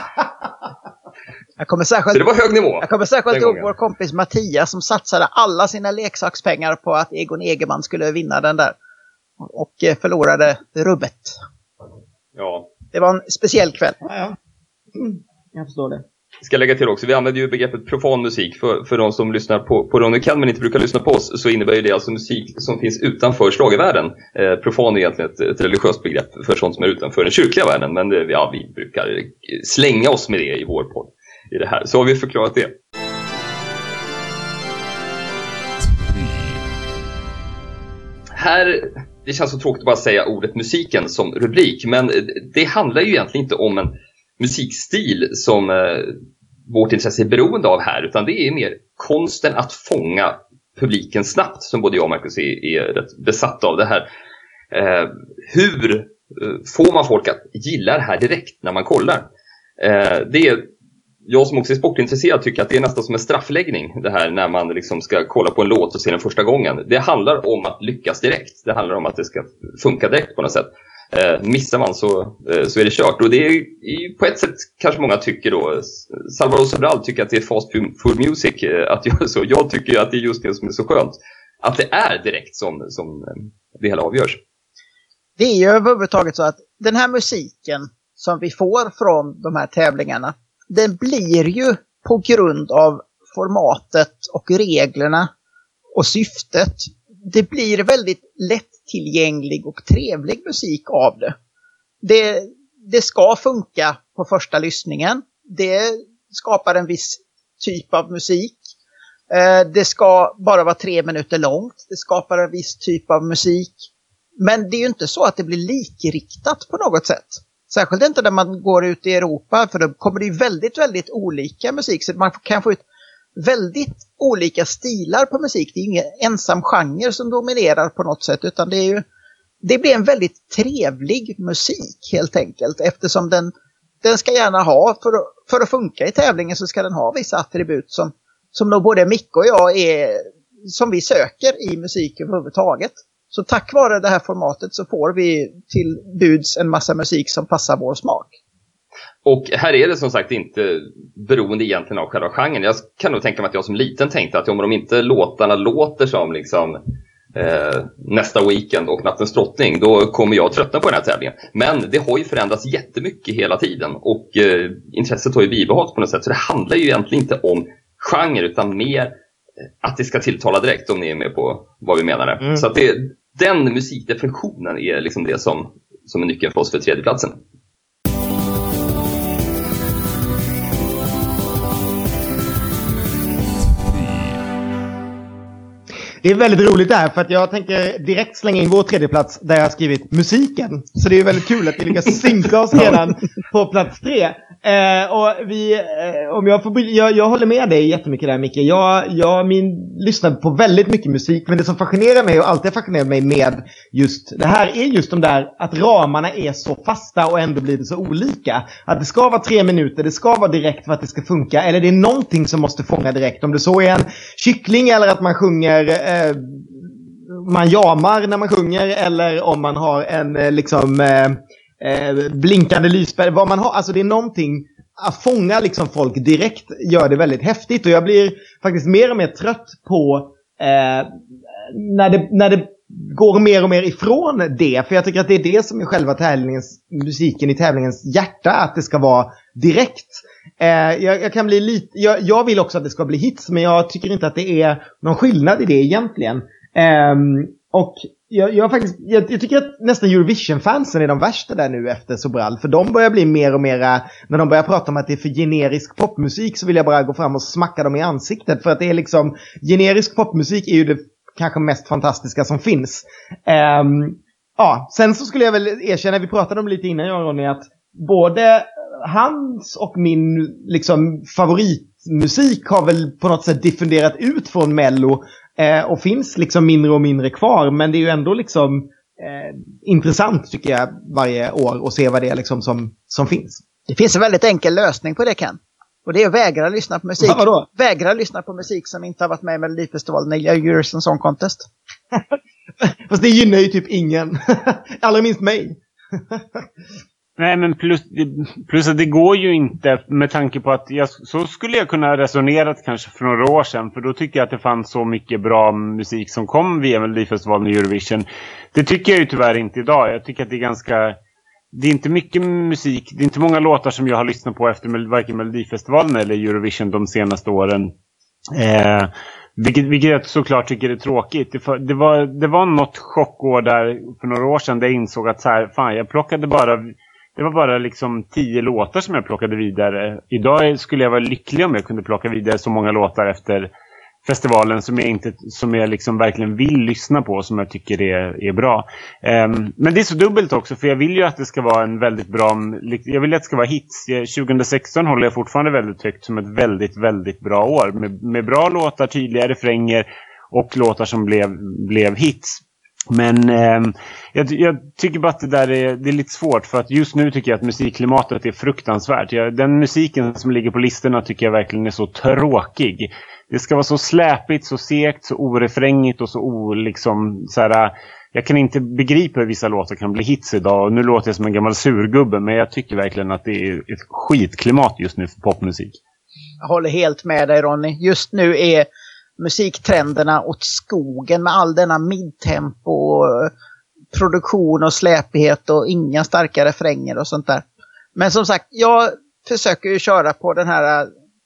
Så det var hög nivå. Jag kommer särskilt ihåg vår kompis Mattias som satsade alla sina leksakspengar på att Egon Egerman skulle vinna den där. Och förlorade rubbet. Ja. Det var en speciell kväll. Ja. Jag förstår det. Ska lägga till också, vi använder ju begreppet profan musik för de som lyssnar på Ronny Kell men inte brukar lyssna på oss, så innebär ju det alltså musik som finns utanför schlagervärlden. Profan är egentligen ett religiöst begrepp för sånt som är utanför den kyrkliga världen, men vi brukar slänga oss med det i vår podd i det här. Så har vi förklarat det. Här, det känns så tråkigt att bara säga ordet musiken som rubrik, men det handlar ju egentligen inte om en musikstil som vårt intresse är beroende av här, utan det är mer konsten att fånga publiken snabbt, som både jag och Marcus är rätt besatta av det här. Hur får man folk att gilla det här direkt när man kollar? Det är, jag som också är sportintresserad tycker att det är nästan som en straffläggning det här när man liksom ska kolla på en låt och se den första gången. Det handlar om att lyckas direkt. Det handlar om att det ska funka direkt på något sätt. Missar man så är det kört. Och det är på ett sätt kanske många tycker då, Salvador Sobral tycker att det är fast food music att göra så. Jag tycker att det är just det som är så skönt, att det är direkt som det hela avgörs. Det är ju överhuvudtaget så att den här musiken som vi får från de här tävlingarna, den blir ju på grund av formatet och reglerna och syftet, det blir väldigt lättillgänglig och trevlig musik av det. Det ska funka på första lyssningen. Det skapar en viss typ av musik. Det ska bara vara 3 minuter långt. Det skapar en viss typ av musik. Men det är ju inte så att det blir likriktat på något sätt. Särskilt inte när man går ut i Europa, för då kommer det ju väldigt, väldigt olika musik. Så man kan få ut väldigt olika stilar på musik. Det är ingen ensam genre som dominerar på något sätt, utan det blir en väldigt trevlig musik helt enkelt. Eftersom den ska gärna ha, för att funka i tävlingen så ska den ha vissa attribut som nog både Micke och jag som vi söker i musik överhuvudtaget. Så tack vare det här formatet så får vi till buds en massa musik som passar vår smak. Och här är det som sagt inte beroende egentligen av själva genren. Jag kan nog tänka mig att jag som liten tänkte att om de inte låtarna låter som liksom Nästa Weekend och Nattens drottning, då kommer jag tröttna på den här tävlingen. Men det har ju förändrats jättemycket hela tiden och intresset har ju bibehållits på något sätt. Så det handlar ju egentligen inte om genre utan mer att det ska tilltala direkt, om ni är med på vad vi menar där. Så att den musikdefinitionen är liksom det som är nyckeln för oss för tredjeplatsen. Det är väldigt roligt det här för att jag tänker direkt slänga in vår tredje plats där jag har skrivit musiken. Så det är väldigt kul att vi lyckas synka oss redan på plats 3. Och om jag håller med dig jättemycket där, Micke. Jag lyssnar på väldigt mycket musik, men det som fascinerar mig och alltid fascinerar mig med just det här är just de där att ramarna är så fasta och ändå blir det så olika. Att det ska vara 3 minuter, det ska vara direkt för att det ska funka, eller det är någonting som måste fånga direkt. Om det så är en kyckling eller att man sjunger man jamar när man sjunger, eller om man har en blinkande lyspär, vad man har, alltså det är någonting att fånga liksom folk direkt, gör det väldigt häftigt. Och jag blir faktiskt mer och mer trött på när det går mer och mer ifrån det, för jag tycker att det är det som är själva musiken i tävlingens hjärta, att det ska vara direkt. Jag kan bli lite, jag vill också att det ska bli hits, men jag tycker inte att det är någon skillnad i det egentligen. Och jag tycker att nästan Eurovision-fansen är de värsta där nu efter Sobral. För de börjar bli mer och mer, när de börjar prata om att det är för generisk popmusik, så vill jag bara gå fram och smacka dem i ansiktet. För att det är liksom, generisk popmusik är ju det kanske mest fantastiska som finns. Sen så skulle jag väl erkänna, vi pratade om lite innan jag och Ronny, att både hans och min liksom favoritmusik har väl på något sätt diffunderat ut från Mello. Och finns liksom mindre och mindre kvar. Men det är ju ändå liksom intressant tycker jag varje år att se vad det är liksom som finns. Det finns en väldigt enkel lösning på det, Ken. Och det är att vägra lyssna på musik. Vadå? Vägra lyssna på musik som inte har varit med i Melodifestivalen eller Eurovision Song Contest. Fast det gynnar ju typ ingen. Allra minst mig. Nej, men plus att det går ju inte, med tanke på att så skulle jag kunna resonera kanske för några år sedan, för då tycker jag att det fanns så mycket bra musik som kom via Melodifestivalen och Eurovision. Det tycker jag ju tyvärr inte idag. Jag tycker att det är inte mycket musik, det är inte många låtar som jag har lyssnat på efter varken Melodifestivalen eller Eurovision de senaste åren. Vilket jag såklart tycker är tråkigt. Det var något chockår där för några år sedan där jag insåg att så här, fan, det var bara liksom 10 låtar som jag plockade vidare. Idag skulle jag vara lycklig om jag kunde plocka vidare så många låtar efter festivalen som jag liksom verkligen vill lyssna på, som jag tycker är bra. Men det är så dubbelt också, för jag vill ju att det ska vara en väldigt bra, jag vill att det ska vara hits. 2016 håller jag fortfarande väldigt högt som ett väldigt, väldigt bra år. Med bra låtar, tydliga refränger och låtar som blev hits. Men jag tycker bara att det är lite svårt, för att just nu tycker jag att musikklimatet är fruktansvärt. Den musiken som ligger på listorna tycker jag verkligen är så tråkig. Det ska vara så släpigt, så segt, så orefrängigt och så jag kan inte begripa hur vissa låtar kan bli hits idag. Och nu låter jag som en gammal surgubbe, men jag tycker verkligen att det är ett skitklimat just nu för popmusik. Jag håller helt med dig, Ronny. Just nu är musiktrenderna åt skogen med all denna midtempo, produktion och släpighet och inga starka refränger och sånt där. Men som sagt, jag försöker ju köra på den här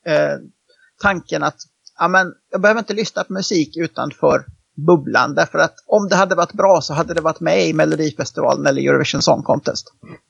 tanken att jag behöver inte lyssna på musik utanför bubblan, därför att om det hade varit bra så hade det varit med i Melodifestivalen eller Eurovision Song Contest.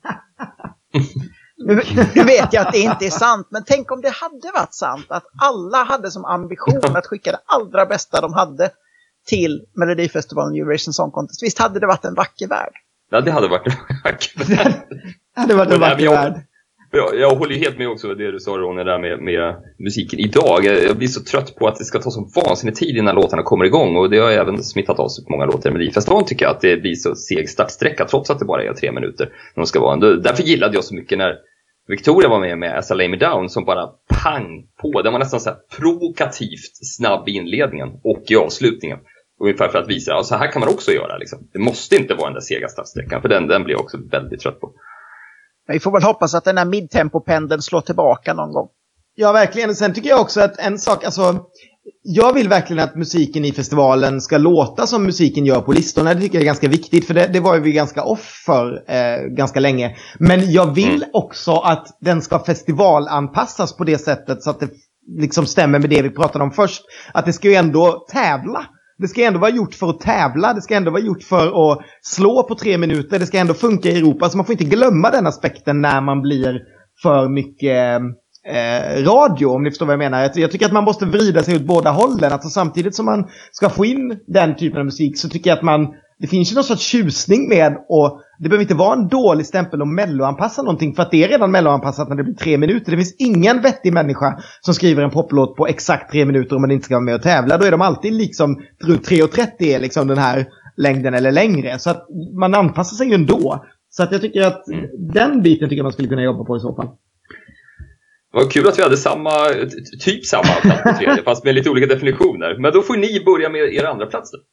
Nu vet jag att det inte är sant, men tänk om det hade varit sant att alla hade som ambition att skicka det allra bästa de hade till Melodifestivalen och Eurovision Song Contest. Visst hade det varit en vacker värld? Ja, det hade varit en vacker värld. Det hade varit en vacker värld. Jag håller ju helt med också det du sa, Ronny, där med musiken idag. Jag blir så trött på att det ska ta så vansinnigt tid innan låtarna kommer igång. Och det har även smittat av sig på många låtar i Melodifestivalen, tycker jag, att det blir så seg startsträcka trots att det bara är 3 minuter när de ska vara. Därför gillade jag så mycket när Victoria var med As I Lay Me Down, som bara pang på. Den var nästan så här provokativt snabb i inledningen och i avslutningen. Ungefär för att visa, så här kan man också göra liksom. Det måste inte vara den där sega startsträckan, för den blir jag också väldigt trött på. Vi får väl hoppas att den här midtempopendeln slår tillbaka någon gång. Ja, verkligen. Sen tycker jag också att en sak, alltså, jag vill verkligen att musiken i festivalen ska låta som musiken gör på listorna. Det tycker jag är ganska viktigt, för det var ju vi ganska off för ganska länge. Men jag vill också att den ska festivalanpassas på det sättet så att det liksom stämmer med det vi pratade om först. Att det ska ju ändå tävla. Det ska ändå vara gjort för att tävla. Det ska ändå vara gjort för att slå på 3 minuter. Det ska ändå funka i Europa. Så man får inte glömma den aspekten när man blir för mycket radio, om ni förstår vad jag menar. Jag tycker att man måste vrida sig åt båda hållen. Alltså samtidigt som man ska få in den typen av musik så tycker jag att det finns ju någon sorts tjusning med, och det behöver inte vara en dålig stämpel att melloanpassa någonting, för att det är redan melloanpassat när det blir 3 minuter. Det finns ingen vettig människa som skriver en poplåt på exakt 3 minuter om man inte ska vara med och tävla. Då är de alltid liksom runt 3.30 är liksom den här längden eller längre. Så att man anpassar sig ju ändå. Så att jag tycker att den biten tycker jag man skulle kunna jobba på i så fall. Det var kul att vi hade typ samma plats på tredje, fast med lite olika definitioner. Men då får ni börja med er andra plats då.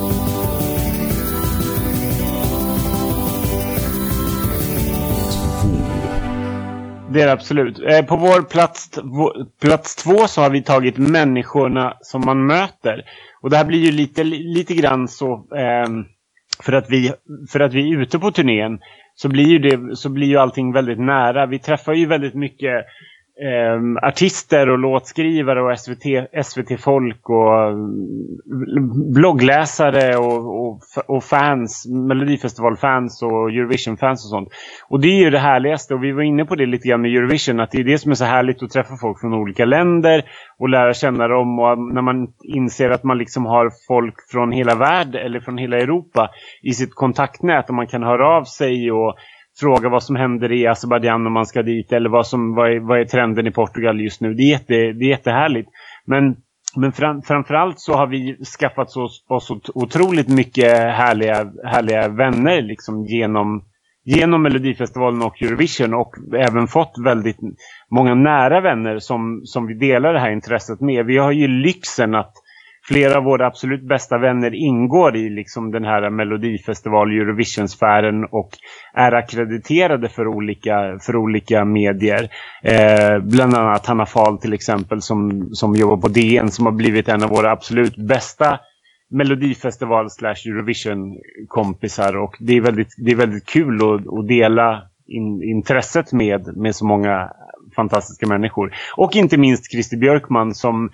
Det är absolut. På vår plats 2 så har vi tagit människorna som man möter. Och det här blir ju lite grann så för att vi är ute på turnén så blir ju allting väldigt nära. Vi träffar ju väldigt mycket artister och låtskrivare och SVT-folk och bloggläsare och fans, Melodifestivalfans och Eurovision-fans och sånt. Och det är ju det härligaste, och vi var inne på det lite grann med Eurovision, att det är det som är så härligt att träffa folk från olika länder och lära känna dem, och när man inser att man liksom har folk från hela världen eller från hela Europa i sitt kontaktnät, och man kan höra av sig och fråga vad som händer i Azerbaijan om man ska dit, eller vad är trenden i Portugal just nu. Det är jättehärligt. Men framförallt så har vi skaffat oss otroligt mycket härliga vänner liksom genom Melodifestivalen och Eurovision, och även fått väldigt många nära vänner som vi delar det här intresset med. Vi har ju lyxen att flera av våra absolut bästa vänner ingår i liksom den här Melodifestival Eurovision-sfären och är akkrediterade för olika medier. Bland annat Hanna Fahl till exempel som jobbar på DN, som har blivit en av våra absolut bästa Melodifestival/Eurovision-kompisar, och det är väldigt kul att dela intresset med så många fantastiska människor. Och inte minst Christer Björkman som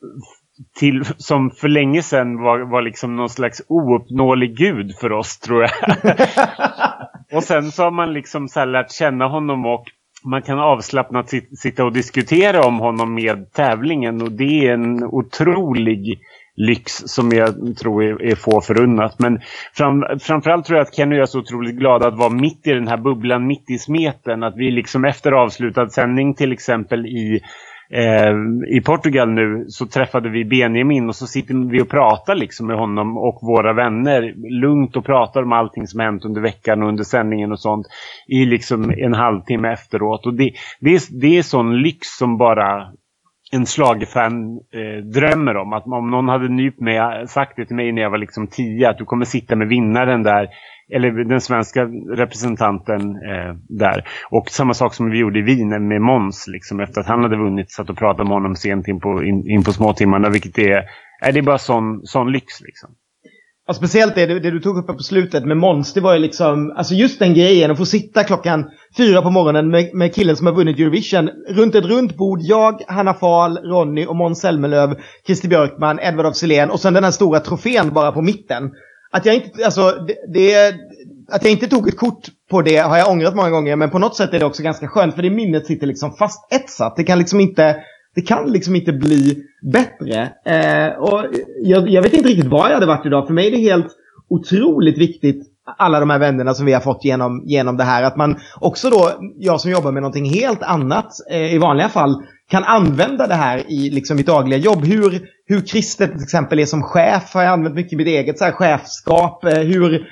för länge sedan var liksom någon slags ouppnåelig gud för oss, tror jag. Och sen så har man liksom så här lärt känna honom, och man kan avslappnat sitta och diskutera om honom med tävlingen, och det är en otrolig lyx som jag tror är få förunnat. Men framförallt tror jag att Ken och jag är så otroligt glada att vara mitt i den här bubblan, mitt i smeten, att vi liksom efter avslutad sändning till exempel i Portugal nu, så träffade vi Benjamin, och så sitter vi och pratar liksom med honom och våra vänner lugnt och pratar om allting som hänt under veckan och under sändningen och sånt i liksom en halvtimme efteråt. Och det är sån lyx som bara en schlagerfan drömmer om. Att om någon hade sagt det till mig när jag var liksom 10, att du kommer sitta med vinnaren där, eller den svenska representanten där. Och samma sak som vi gjorde i Wien med Måns, liksom, efter att han hade vunnit, satt och pratade med honom sent in på småtimmarna, vilket är det bara sån lyx liksom. Ja, speciellt det du tog upp på slutet med Måns, det var ju liksom, alltså just den grejen att få sitta 4 på morgonen med killen som har vunnit Eurovision runt ett runt bord, jag, Hanna Fahl, Ronny och Måns Zelmerlöw, Christer Björkman, Edvard af Sillén, och sen den här stora trofén bara på mitten. Att jag inte, alltså att jag inte tog ett kort på det har jag ångrat många gånger, men på något sätt är det också ganska skönt, för det minnet sitter liksom fast etsat. Det kan liksom inte bli bättre. Och jag vet inte riktigt vad jag hade varit idag. För mig är det helt otroligt viktigt, alla de här vännerna som vi har fått genom det här. Att man också då, jag som jobbar med någonting helt annat i vanliga fall, kan använda det här i liksom mitt dagliga jobb. Hur Christer till exempel är som chef har jag använt mycket i mitt eget så här chefskap. Hur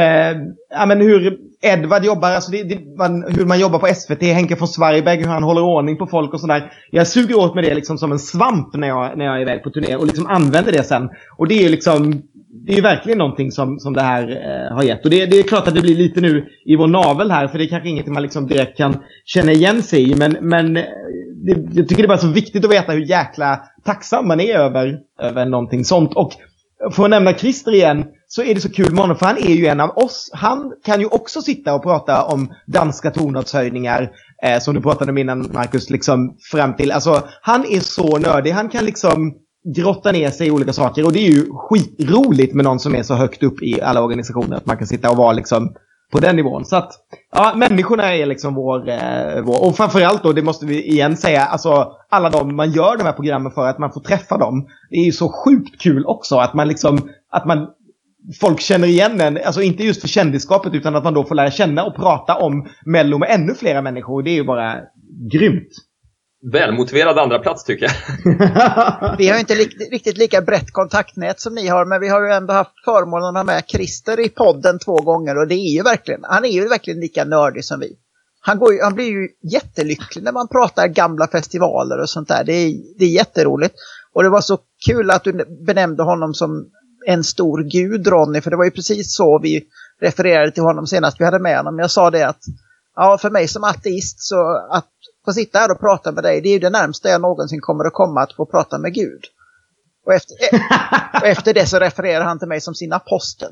Edvard jobbar, alltså hur man jobbar på SVT, Henke von Zweigbergk, hur han håller ordning på folk och sådär. Jag suger åt med det liksom som en svamp när jag är iväg på turné, och liksom använder det sen. Och det är liksom, det är verkligen någonting som det här har gett. Och det är klart att det blir lite nu i vår navel här, för det är kanske inget man liksom direkt kan känna igen sig i, men jag tycker det är bara så viktigt att veta hur jäkla tacksam man är över någonting sånt. Och för att nämna Christer igen, så är det så kul med honom, för han är ju en av oss. Han kan ju också sitta och prata om danska tonartshöjningar, som du pratade om innan, Marcus, liksom fram till. Alltså, han är så nördig. Han kan liksom grotta ner sig i olika saker, och det är ju skitroligt med någon som är så högt upp i alla organisationer, att man kan sitta och vara liksom på den nivån. Så att, ja, människorna är liksom vår och framförallt då, det måste vi igen säga, alltså alla de man gör de här programmen för, att man får träffa dem. Det är ju så sjukt kul också att man liksom, folk känner igen en, alltså inte just för kändisskapet, utan att man då får lära känna och prata om Mello med ännu flera människor. Det är ju bara grymt. Välmotiverad andra plats tycker jag. Vi har inte riktigt lika brett kontaktnät som ni har, men vi har ju ändå haft förmånen att ha med Christer i podden 2 gånger, och det är ju verkligen, han är ju verkligen lika nördig som vi. Han blir ju jättelycklig när man pratar gamla festivaler och sånt där. Det är jätteroligt. Och det var så kul att du benämnde honom som en stor gud, Ronny, för det var ju precis så vi refererade till honom senast vi hade med honom. Jag sa det att, ja, för mig som ateist, så att få sitta här och prata med dig, det är ju det närmsta jag någonsin kommer att komma att få prata med Gud. Och efter det så refererar han till mig som sin apostel.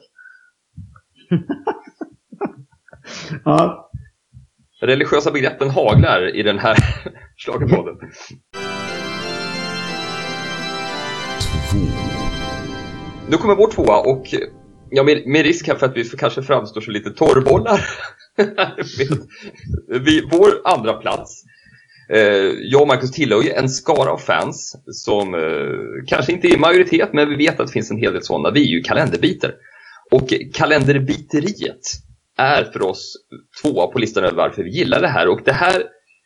Ja. Religiösa begreppen haglar i den här schlagerpodden. Nu kommer vår 2 och ja, med risk här för att vi kanske framstår så lite torrbollar. Vår andra plats. Jag och Marcus tillhör ju en skara av fans som kanske inte är majoritet, men vi vet att det finns en hel del sådana. Vi är ju kalenderbiter. Och kalenderbiteriet är för oss 2 på listan över varför vi gillar det här. Och det här,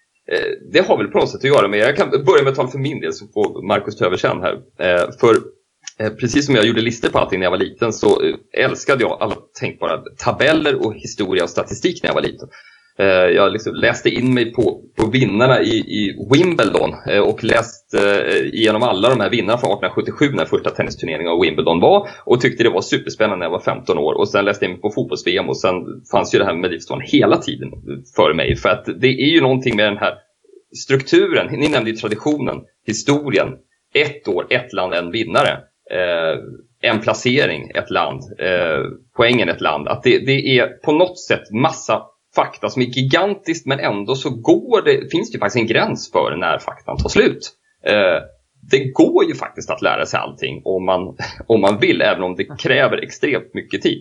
det har väl på något sätt att göra med, jag kan börja med att tala för min del så får Marcus ta över sen här. För precis som jag gjorde listor på allting när jag var liten, så älskade jag alla tänkbara tabeller och historia och statistik när jag var liten. Jag liksom läste in mig på vinnarna i Wimbledon och läste igenom alla de här vinnarna från 1877 när första tennisturneringen av Wimbledon var, och tyckte det var superspännande när jag var 15 år. Och sen läste jag in mig på fotbolls-VM, och sen fanns ju det här med Melodifestivalen hela tiden för mig, för att det är ju någonting med den här strukturen. Ni nämnde ju traditionen, historien, 1 år, 1 land, en vinnare, en placering, ett land, poängen, ett land. Att det är på något sätt massa fakta som är gigantiskt, men ändå så finns det ju faktiskt en gräns för när faktan tar slut. Det går ju faktiskt att lära sig allting om man vill, även om det kräver extremt mycket tid.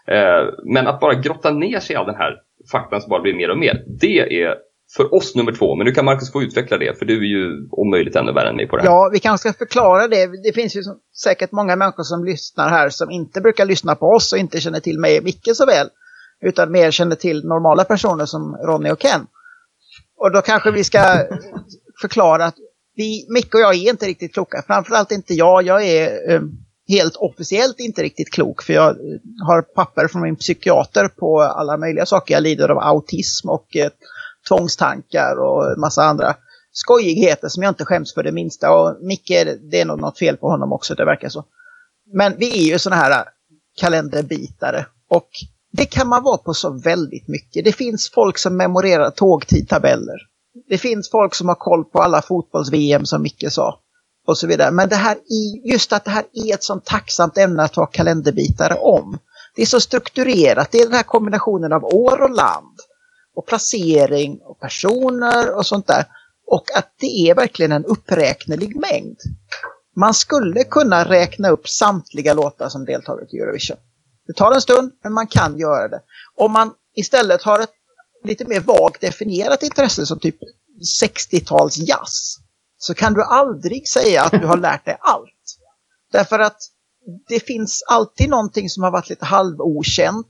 Men att bara grotta ner sig i all den här faktan som bara blir mer och mer, det är för oss nummer 2. Men nu kan Marcus få utveckla det, för du är ju om möjligt ännu värre än mig på det här. Ja, vi kanske ska förklara det. Det finns ju säkert många människor som lyssnar här som inte brukar lyssna på oss och inte känner till mig och Micke så väl, utan mer känner till normala personer som Ronny och Ken. Och då kanske vi ska förklara att Micke och jag är inte riktigt kloka. Framförallt inte jag. Jag är helt officiellt inte riktigt klok, för jag har papper från min psykiater på alla möjliga saker. Jag lider av autism och tvångstankar och massa andra skojigheter som jag inte skäms för det minsta. Och Micke, det är nog något fel på honom också, det verkar så. Men vi är ju såna här kalenderbitare, och det kan man vara på så väldigt mycket. Det finns folk som memorerar tågtidtabeller. Det finns folk som har koll på alla fotbolls-VM som Micke sa. Och så vidare. Men just att det här är ett sånt tacksamt ämne att ha kalenderbitare om. Det är så strukturerat. Det är den här kombinationen av år och land. Och placering och personer och sånt där. Och att det är verkligen en uppräknelig mängd. Man skulle kunna räkna upp samtliga låtar som deltagit i Eurovision. Det tar en stund, men man kan göra det. Om man istället har ett lite mer vagt definierat intresse som typ 60-tals jazz, så kan du aldrig säga att du har lärt dig allt. Därför att det finns alltid någonting som har varit lite halvokänt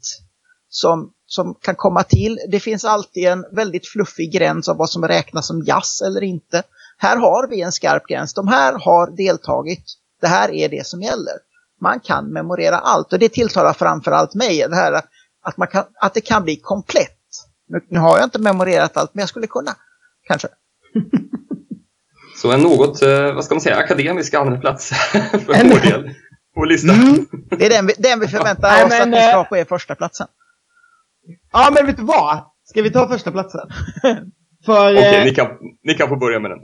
som kan komma till. Det finns alltid en väldigt fluffig gräns av vad som räknas som jazz eller inte. Här har vi en skarp gräns. De här har deltagit. Det här är det som gäller. Man kan memorera allt, och det tilltalar framförallt mig, det här att det kan bli komplett. Nu har jag inte memorerat allt, men jag skulle kunna, kanske. Så en något, vad ska man säga, akademisk andra plats för vår del på listan. Det är den vi förväntar oss att ni ska på er första platsen. Ja, men vet du vad? Ska vi ta första platsen? Okej, ni kan få börja med den.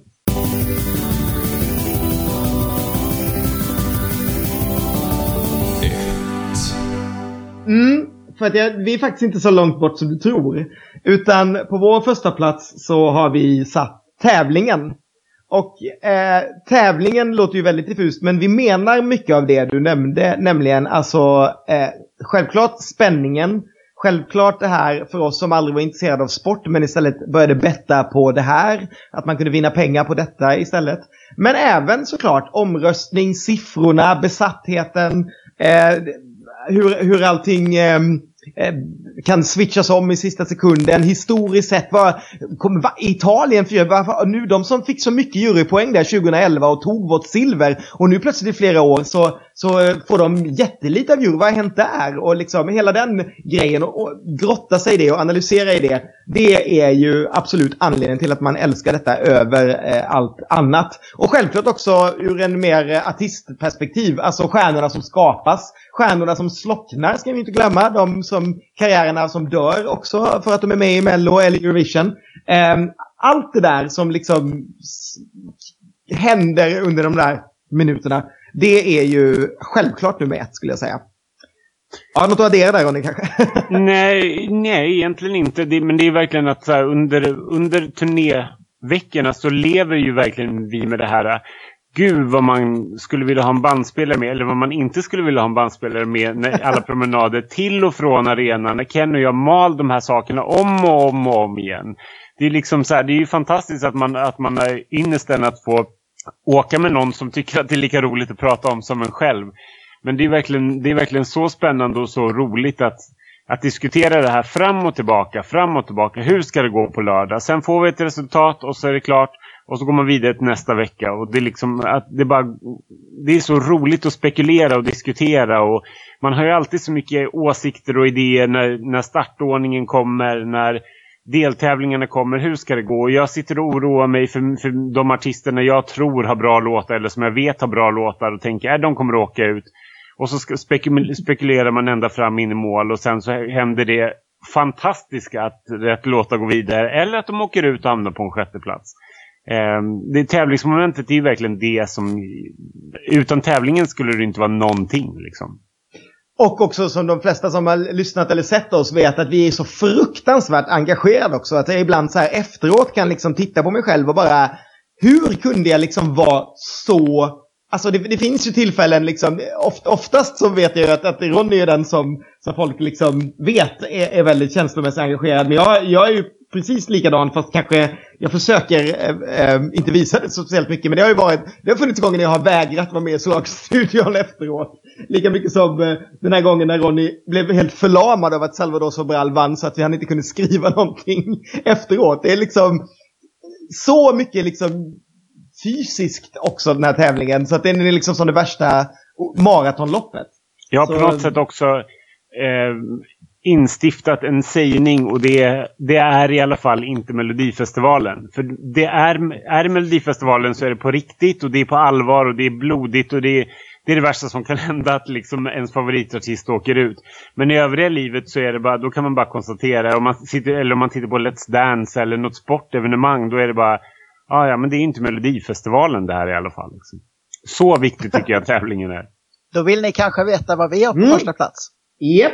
För att vi är faktiskt inte så långt bort som du tror. Utan på vår första plats så har vi satt tävlingen. Och tävlingen låter ju väldigt diffust, men vi menar mycket av det du nämnde. Nämligen alltså självklart spänningen. självklart det här för oss som aldrig var intresserade av sport men istället började betta på det här. Att man kunde vinna pengar på detta istället. Men även såklart omröstning, siffrorna, besattheten, hur allting kan switchas om i sista sekunden. Historiskt sett var Italien nu de som fick så mycket jurypoäng där 2011 och tog vårt silver och nu plötsligt i flera år så får de jättelite av jury. Vad har hänt där? Och liksom hela den grejen och grotta sig i det och analysera i det. Det är ju absolut anledningen till att man älskar detta över allt annat. Och självklart också ur en mer artistperspektiv. Alltså stjärnorna som skapas. Stjärnorna som slocknar ska vi inte glömma. De karriärerna som dör också för att de är med i Mello eller Eurovision. Allt det där som liksom händer under de där minuterna. Det är ju självklart nummer 1 skulle jag säga. Ja, något att addera där Ronny kanske? nej, egentligen inte. Men det är verkligen att så här, under turnéveckorna så lever ju verkligen vi med det här. Gud vad man skulle vilja ha en bandspelare med, eller vad man inte skulle vilja ha en bandspelare med när alla promenader till och från arenan. När Ken och jag mal de här sakerna om och om igen. Det är liksom så här, det är ju fantastiskt att man är innerställd att få åka med någon som tycker att det är lika roligt att prata om som en själv. Men det är verkligen så spännande och så roligt att diskutera det här fram och tillbaka. Hur ska det gå på lördag? Sen får vi ett resultat och så är det klart. Och så går man vidare till nästa vecka. Och det är liksom att det är så roligt att spekulera och diskutera. Och man har ju alltid så mycket åsikter och idéer när startordningen kommer, när deltävlingarna kommer. Hur ska det gå? Jag sitter och oroar mig för de artisterna jag tror har bra låtar eller som jag vet har bra låtar och tänker de kommer att åka ut. Och så spekulerar man ända fram in i mål och sen så händer det fantastiska att rätt låtar går vidare eller att de åker ut och hamnar på en 6:e plats. Det tävlingsmomentet är ju verkligen det som utan tävlingen skulle det inte vara någonting liksom. Och också som de flesta som har lyssnat eller sett oss vet att vi är så fruktansvärt engagerade också. Att jag ibland så här efteråt kan liksom titta på mig själv och bara hur kunde jag liksom vara så... Alltså det finns ju tillfällen liksom, oftast så vet jag ju att Ronny är den som folk liksom vet är väldigt känslomässigt engagerad. Men jag är ju precis likadan fast kanske jag försöker inte visa det så speciellt mycket. Men det har funnits gånger när jag har vägrat vara med i Soak-studion efteråt. Lika mycket som den här gången när Ronny blev helt förlamad av att Salvador Sobral vann så att han inte kunde skriva någonting efteråt. Det är liksom så mycket liksom fysiskt också den här tävlingen. Så att det är liksom som det värsta maratonloppet. Jag har på något sätt också instiftat en sägning och det är i alla fall inte Melodifestivalen. För det är Melodifestivalen så är det på riktigt och det är på allvar och det är blodigt och det är det värsta som kan hända att liksom ens favoritartist åker ut. Men i övriga livet så är det bara, då kan man bara konstatera om man tittar på Let's Dance eller något sportevenemang, då är det bara ja, men det är inte Melodifestivalen det här i alla fall. Liksom. Så viktigt tycker jag att tävlingen är. Då vill ni kanske veta vad vi har på första plats. Japp.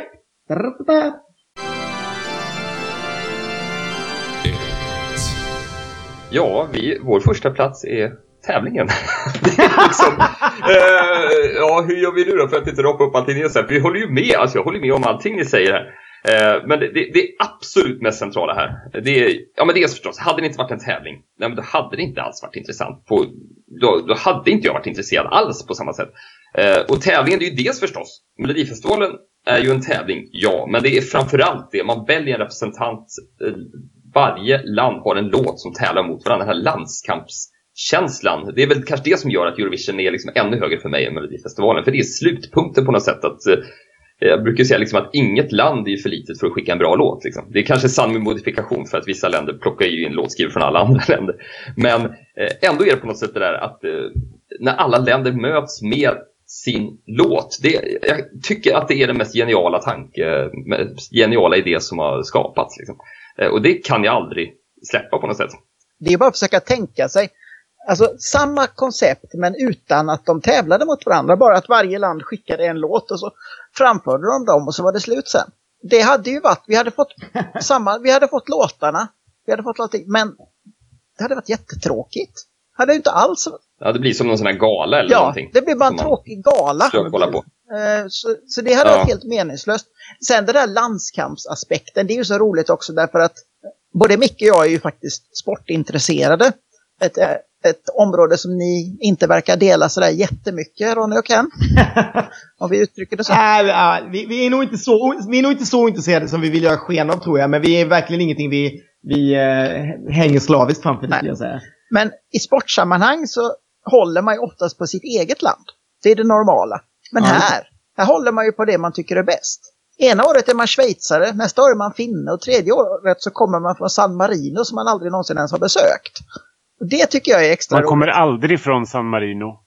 Ja, vår första plats är tävlingen. Det är liksom, hur gör vi nu då för att inte rapa upp allting ni säger? Vi håller ju med, alltså jag håller med om allting ni säger här. Men det är absolut mest centrala här. Det är förstås, hade det inte varit en tävling, nej, men då hade det inte alls varit intressant. Då hade inte jag varit intresserad alls på samma sätt. Och tävlingen, det är ju dels förstås, Melodifestivalen är ju en tävling, ja, men det är framförallt det. Man väljer en representant, varje land har en låt som tävlar mot varandra, den här landskampskänslan. Det är väl kanske det som gör att Eurovision är liksom ännu högre för mig än Melodifestivalen. För det är slutpunkten på något sätt att... Jag brukar säga liksom att inget land är för litet för att skicka en bra låt. Liksom. Det är kanske sann med modifikation för att vissa länder plockar ju in låtskrivare från alla andra länder. Men ändå är det på något sätt det där att när alla länder möts med sin låt. Jag tycker att det är den mest geniala idé som har skapats. Liksom. Och det kan jag aldrig släppa på något sätt. Det är bara att försöka tänka sig. Alltså samma koncept men utan att de tävlade mot varandra. Bara att varje land skickade en låt och så framförde de dem och så var det slut sen. Det hade ju varit, vi hade fått låtarna, vi hade fått allting, men det hade varit jättetråkigt. Hade inte alls... Ja, det blir som någon sån här gala eller någonting. Ja, det blir bara en tråkig gala. Kolla på. Så det hade varit helt meningslöst. Sen den där landskampsaspekten, det är ju så roligt också därför att både Micke och jag är ju faktiskt sportintresserade. Ett område som ni inte verkar dela sådär jättemycket, Ronny och Ken. Om vi uttrycker det så. Vi är nog inte så intresserade som vi vill göra sken av, tror jag. Men vi är verkligen ingenting vi hänger slaviskt framför, det jag säga. Men i sportsammanhang så håller man ju oftast på sitt eget land. Det är det normala. Men här håller man ju på det man tycker är bäst. Ena året är man schweizare, nästa år är man finne och tredje året så kommer man från San Marino som man aldrig någonsin ens har besökt. Och det tycker jag är extra roligt. Man kommer aldrig från San Marino.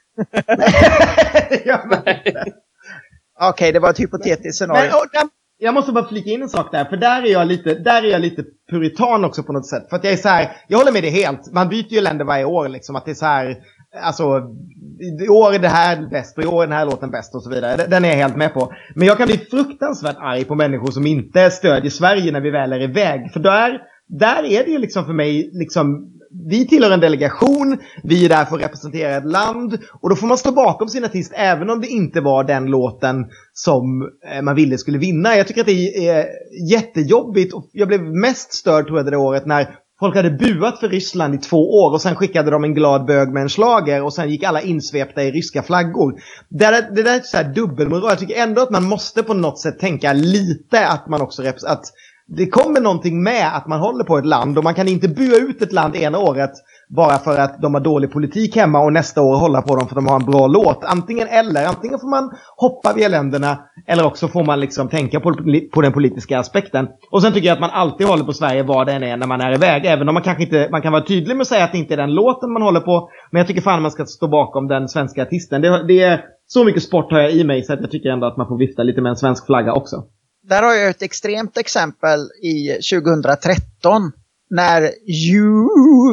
Okej, det var ett hypotetiskt scenario. Men, jag måste bara flika in en sak där, för där är jag lite puritan också på något sätt. För att jag är så här, jag håller med det helt. Man byter ju länder varje år liksom, att det är så här, alltså i år är det här bäst och i år är den här låten bäst och så vidare. Den är jag helt med på. Men jag kan bli fruktansvärt arg på människor som inte stödjer Sverige när vi väl är iväg. För där är det ju liksom för mig liksom, vi tillhör en delegation, vi är där för att representera ett land och då får man stå bakom sin artist även om det inte var den låten som man ville skulle vinna. Jag tycker att det är jättejobbigt och jag blev mest störd, tror jag, det året när folk hade buat för Ryssland i 2 år och sen skickade de en glad bög med en slager och sen gick alla insvepta i ryska flaggor. Det där är så här dubbelmoral. Jag tycker ändå att man måste på något sätt tänka lite att man också att det kommer någonting med att man håller på ett land och man kan inte bua ut ett land ena året bara för att de har dålig politik hemma och nästa år hålla på dem för att de har en bra låt. Antingen får man hoppa via länderna eller också får man liksom tänka på den politiska aspekten. Och sen tycker jag att man alltid håller på Sverige vad det än är när man är iväg. Även om man kanske inte, man kan vara tydlig med att säga att det inte är den låten man håller på. Men jag tycker fan man ska stå bakom den svenska artisten. Det är så mycket sport har jag i mig så att jag tycker ändå att man får vifta lite med en svensk flagga också. Där har jag ett extremt exempel i 2013 när You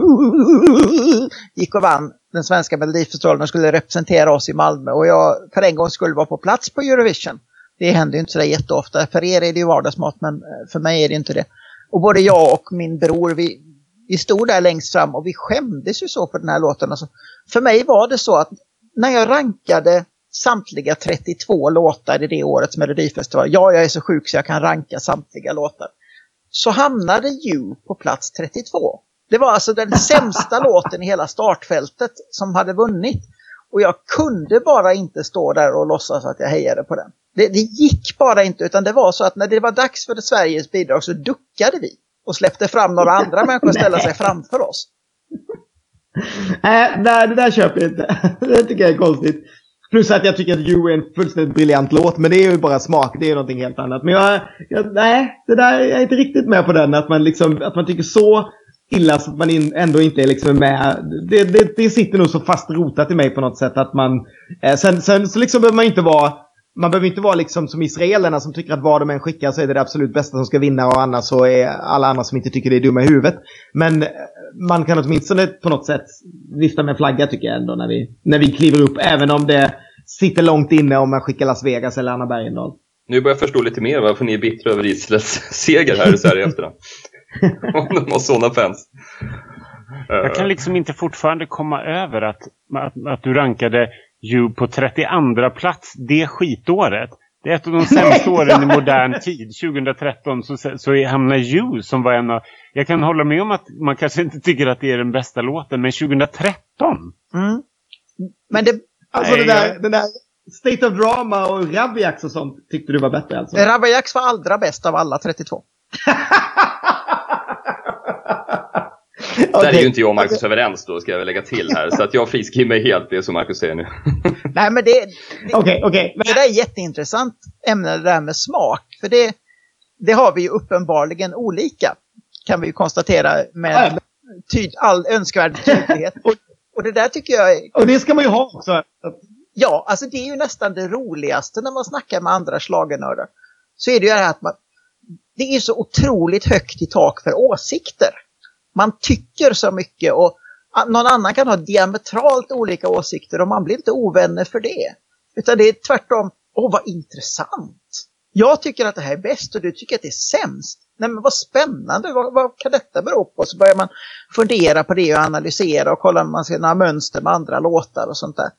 gick och vann den svenska Melodifestivalen och skulle representera oss i Malmö. Och jag för en gång skulle vara på plats på Eurovision. Det händer ju inte så där jätteofta. För er är det ju vardagsmat, men för mig är det inte det. Och både jag och min bror, vi stod där längst fram och vi skämdes ju så för den här låten. Alltså, för mig var det så att när jag rankade samtliga 32 låtar i det årets Melodifestival. Ja, jag är så sjuk så jag kan ranka samtliga låtar. Så hamnade You på plats 32. Det var alltså den sämsta låten i hela startfältet som hade vunnit. Och jag kunde bara inte stå där och låtsas att jag hejade på den. Det gick bara inte, utan det var så att när det var dags för Sveriges bidrag så duckade vi. Och släppte fram några andra människor att ställa sig framför oss. Nej, det där köper jag inte. Det tycker jag är konstigt. Plus att jag tycker att You är en fullständigt briljant låt. Men det är ju bara smak. Det är någonting helt annat. Men nej, det där jag är inte riktigt med på den. Att man tycker så illa så att man ändå inte är liksom med. Det sitter nog så fast rotat i mig på något sätt. Att man sen så liksom behöver man inte vara. Man behöver inte vara liksom som israelerna som tycker att vad de än skickar så är det absolut bästa som ska vinna. Och annars så är alla andra som inte tycker det är dumma i huvudet. Men man kan åtminstone på något sätt vifta med flagga, tycker jag ändå, när vi kliver upp. Även om det sitter långt inne om man skickar Las Vegas eller Anna Bergendahl. Nu börjar jag förstå lite mer varför ni är bittra över Israels seger här så här i efterhand. Om de har sådana fans. Jag kan liksom inte fortfarande komma över att du rankade You på 32 plats det skitåret. Det är ett av de sämsta åren i modern tid. 2013 så hamnar You som var en av... Jag kan hålla med om att man kanske inte tycker att det är den bästa låten, men 2013? Mm. Men det... Alltså den där State of Drama och Rabiax och sånt tyckte du var bättre alltså? Rabiax var allra bäst av alla 32. Där är ju inte jag och Marcus överens då, ska jag väl lägga till här. Så att jag friskriver mig helt det som Marcus säger nu. Nej, men Okej. Det där är jätteintressant ämne, det där med smak. För det har vi ju uppenbarligen olika, kan vi ju konstatera med all önskvärd tydlighet. Och det där tycker jag och det ska man ju ha också. Ja, alltså det är ju nästan det roligaste när man snackar med andra schlagernördar. Så är det ju det här att det är så otroligt högt i tak för åsikter. Man tycker så mycket och någon annan kan ha diametralt olika åsikter och man blir inte ovänner för det. Utan det är tvärtom, vad intressant. Jag tycker att det här är bäst och du tycker att det är sämst. Nej, men vad spännande, vad kan detta bero på? Så börjar man fundera på det och analysera och kolla om man ser några mönster med andra låtar och sånt där.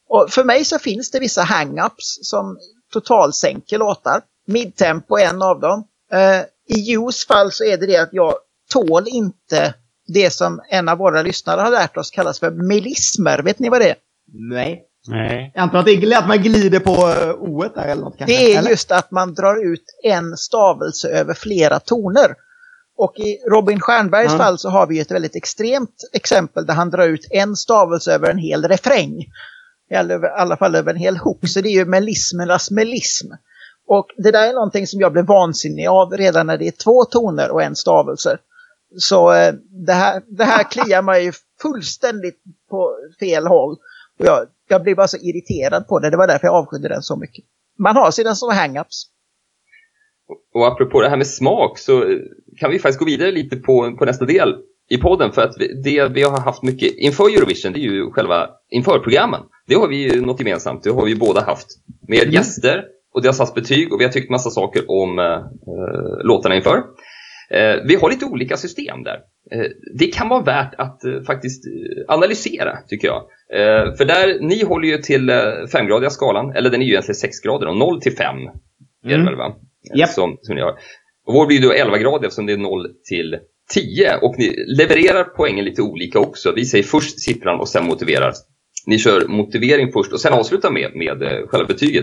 Och för mig så finns det vissa hang-ups som totalsänker låtar. Midtempo är en av dem. I Hughes fall så är det att jag tål inte det som en av våra lyssnare har lärt oss kallas för melismer. Vet ni vad det är? Nej. Nej. Jag antar att det är att man glider på o-et där eller något kanske. Det är eller? just att man drar ut en stavelse över flera toner. Och i Robin Stjernbergs fall så har vi ett väldigt extremt exempel där han drar ut en stavelse över en hel refräng. I alla fall över en hel hook. Så det är ju melismernas melism. Och det där är någonting som jag blev vansinnig av redan när det är 2 toner och en stavelse. Så det här kliar mig ju fullständigt på fel håll. Och jag blev bara så irriterad på det. Det var därför jag avskydde den så mycket. Man har sina sådana hang-ups. Och apropå det här med smak så kan vi faktiskt gå vidare lite på nästa del i podden. För att det vi har haft mycket inför Eurovision, det är ju själva införprogrammen. Det har vi ju något gemensamt. Det har vi ju båda haft med gäster. Och det har satt betyg och vi har tyckt massa saker om låtarna inför. Vi har lite olika system där. Det kan vara värt att faktiskt analysera, tycker jag. För där, ni håller ju till 5-gradiga skalan. Eller den är ju egentligen 6 grader. 0 till 5 är det väl, va? Yep. Som ni har. Och vår blir då 11 grader eftersom det är 0 till 10. Och ni levererar poängen lite olika också. Vi säger först siffran och sen motiverar. Ni kör motivering först och sen avslutar med själva betyget.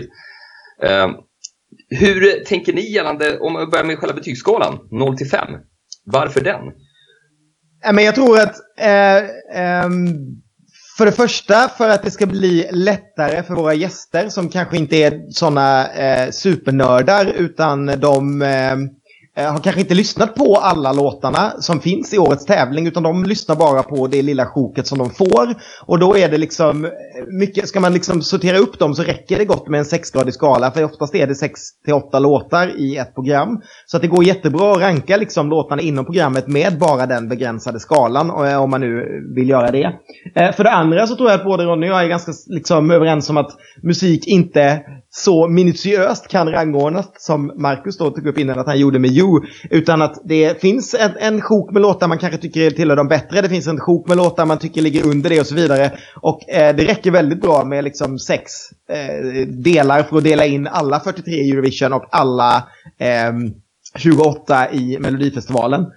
Hur tänker ni gällande, om man börjar med själva betygsskalan 0 till 5? Varför den? Men jag tror att för det första för att det ska bli lättare för våra gäster som kanske inte är sådana supernördar utan de har kanske inte lyssnat på alla låtarna som finns i årets tävling utan de lyssnar bara på det lilla sjoket som de får. Och då är det liksom mycket, ska man liksom sortera upp dem så räcker det gott med en 6-gradig skala för oftast är det 6-8 låtar i ett program. Så att det går jättebra att ranka liksom låtarna inom programmet med bara den begränsade skalan om man nu vill göra det. För det andra så tror jag att både Ronny och jag är ganska liksom överens om att musik inte så minutiöst kan rangordnas som Marcus då tog upp innan att han gjorde med You, utan att det finns en sjok med låtar man kanske tycker tillhör de bättre, det finns en sjok med låtar man tycker ligger under det och så vidare, och det räcker väldigt bra med liksom 6 delar för att dela in alla 43 i Eurovision och alla 28 i Melodifestivalen.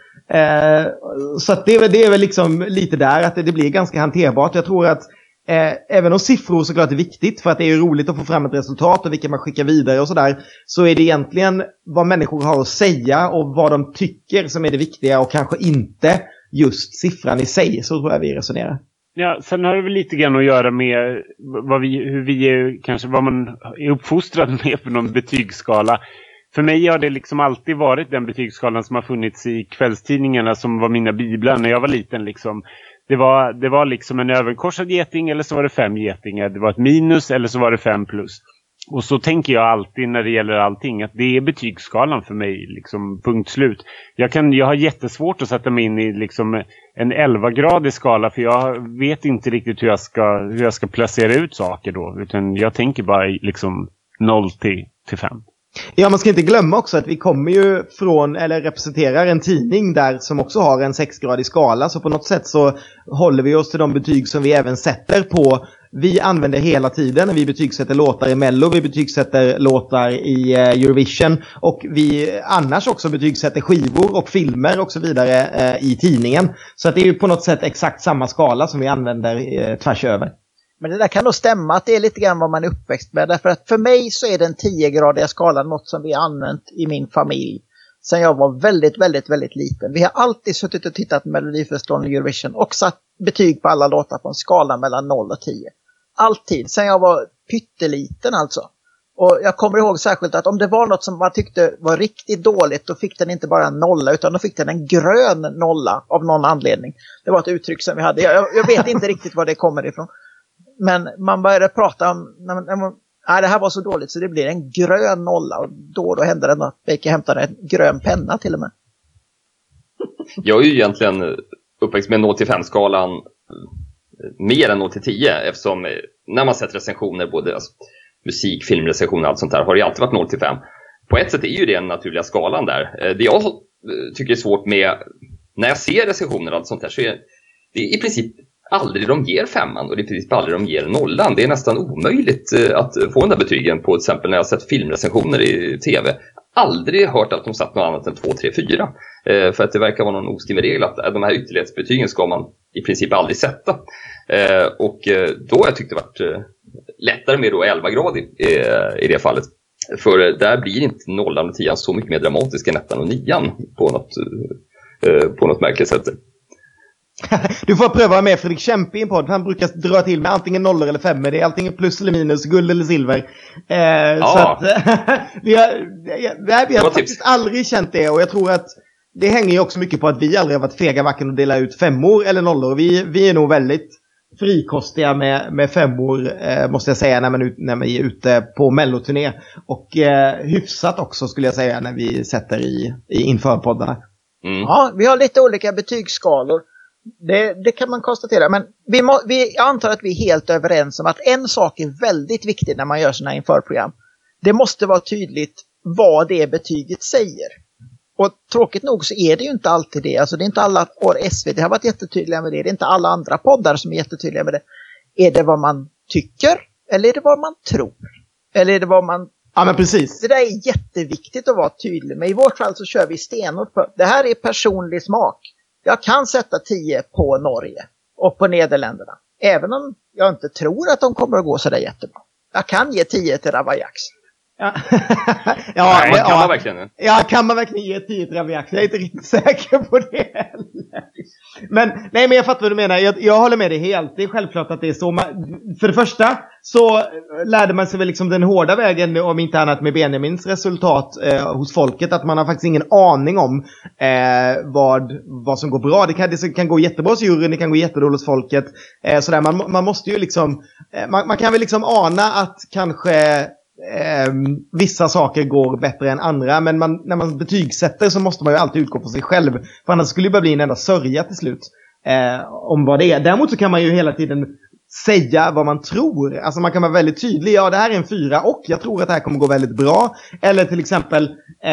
Så att det är väl liksom lite där att det blir ganska hanterbart. Jag tror att även om siffror såklart är viktigt för att det är roligt att få fram ett resultat och vilka man skickar vidare och sådär, så är det egentligen vad människor har att säga och vad de tycker som är det viktiga och kanske inte just siffran i sig. Så tror jag vi resonerar. Ja, sen har det väl lite grann att göra med hur vi är, kanske vad man är uppfostrad med för någon betygsskala. För mig har det liksom alltid varit den betygsskalan som har funnits i kvällstidningarna som var mina biblar när jag var liten liksom. Det var liksom en överkorsad geting eller så var det 5 getingar. Det var ett minus eller så var det 5 plus. Och så tänker jag alltid när det gäller allting att det är betygsskalan för mig, liksom punkt slut. Jag har jättesvårt att sätta mig in i liksom en 11-gradig skala för jag vet inte riktigt hur jag ska placera ut saker då. Utan jag tänker bara liksom 0 till 5. Ja, man ska inte glömma också att vi kommer ju från, eller representerar en tidning där som också har en 6-gradig skala. Så på något sätt så håller vi oss till de betyg som vi även sätter på. Vi använder hela tiden när vi betygsätter låtar i Mello, vi betygsätter låtar i Eurovision och vi annars också betygsätter skivor och filmer och så vidare i tidningen. Så att det är ju på något sätt exakt samma skala som vi använder tvärs över. Men det där kan nog stämma att det är lite grann vad man är uppväxt med. Därför att för mig så är den 10-gradiga skalan något som vi har använt i min familj sen jag var väldigt, väldigt, väldigt liten. Vi har alltid suttit och tittat på Melodifestivalen och Eurovision och satt betyg på alla låtar på en skala mellan 0 och 10. Alltid, sen jag var pytteliten alltså. Och jag kommer ihåg särskilt att om det var något som man tyckte var riktigt dåligt, då fick den inte bara en nolla utan då fick den en grön nolla av någon anledning. Det var ett uttryck som vi hade. Jag vet inte riktigt var det kommer ifrån. Men man började prata om det här var så dåligt så det blir en grön nolla. Och då hände det att Becky hämtade en grön penna till och med. Jag är ju egentligen uppväxt med 0-5-skalan mer än 0-10. Eftersom när man sätter recensioner, både alltså, musik, filmrecensioner och allt sånt där, har det alltid varit 0-5. På ett sätt är ju det den naturliga skalan där. Det jag tycker är svårt med när jag ser recensioner och allt sånt där, så är det i princip aldrig de ger 5:an och det är precis aldrig de ger 0:an. Det är nästan omöjligt att få den där betygen på till exempel när jag har sett filmrecensioner i tv. Aldrig hört att de satt något annat än 2, 3, 4. För att det verkar vara någon oskriven regel att de här ytterlighetsbetygen ska man i princip aldrig sätta. Och då har jag tyckt det varit lättare med då 11-gradig i det fallet. För där blir inte 0:an och 10:an så mycket mer dramatisk än 1:an och 9:an på något märkligt sätt. Du får pröva med Fredrik Kempe i en podd. Han brukar dra till med antingen 0 eller 5. Det är antingen plus eller minus, guld eller silver. Så att vi har faktiskt aldrig känt det. Och jag tror att det hänger ju också mycket på att vi aldrig har varit fega varken att dela ut 5:or eller 0:or. Vi är nog väldigt frikostiga med 5:or, måste jag säga, när vi är ute på melloturné. Och hyfsat också, skulle jag säga, när vi sätter i införpoddarna. Ja, vi har lite olika betygsskalor. Det kan man konstatera. Men jag antar att vi är helt överens om att en sak är väldigt viktig när man gör sådana här införprogram. Det måste vara tydligt vad det betyget säger. Och tråkigt nog så är det ju inte alltid det. Alltså det är inte alla år SVT har varit jättetydliga med det. Det är inte alla andra poddar som är jättetydliga med det. Är det vad man tycker? Eller är det vad man tror? Eller är det vad man... Ja, men precis. Det där är jätteviktigt att vara tydlig. Men i vårt fall så kör vi stenhårt på. Det här är personlig smak. Jag kan sätta 10 på Norge och på Nederländerna. Även om jag inte tror att de kommer att gå så där jättebra. Jag kan ge 10 till Ravaillac. Ja. Kan man verkligen det? Ja, kan man verkligen ge 10 till Ravaillac? Jag är inte riktigt säker på det heller. Men jag fattar vad du menar. Jag håller med dig helt. Det är självklart att det är så. För det första så lärde man sig väl liksom den hårda vägen, om inte annat med Benjamins resultat hos folket, att man har faktiskt ingen aning om vad som går bra. Det kan gå jättebra hos juryn, det kan gå jättedåligt hos folket. Sådär. Man måste ju liksom man kan väl liksom ana att kanske vissa saker går bättre än andra, men när man betygsätter så måste man ju alltid utgå på sig själv, för annars skulle det bara bli en enda sörja till slut om vad det är. Däremot så kan man ju hela tiden säga vad man tror. Alltså man kan vara väldigt tydlig. Ja, det här är en 4 och jag tror att det här kommer gå väldigt bra. Eller till exempel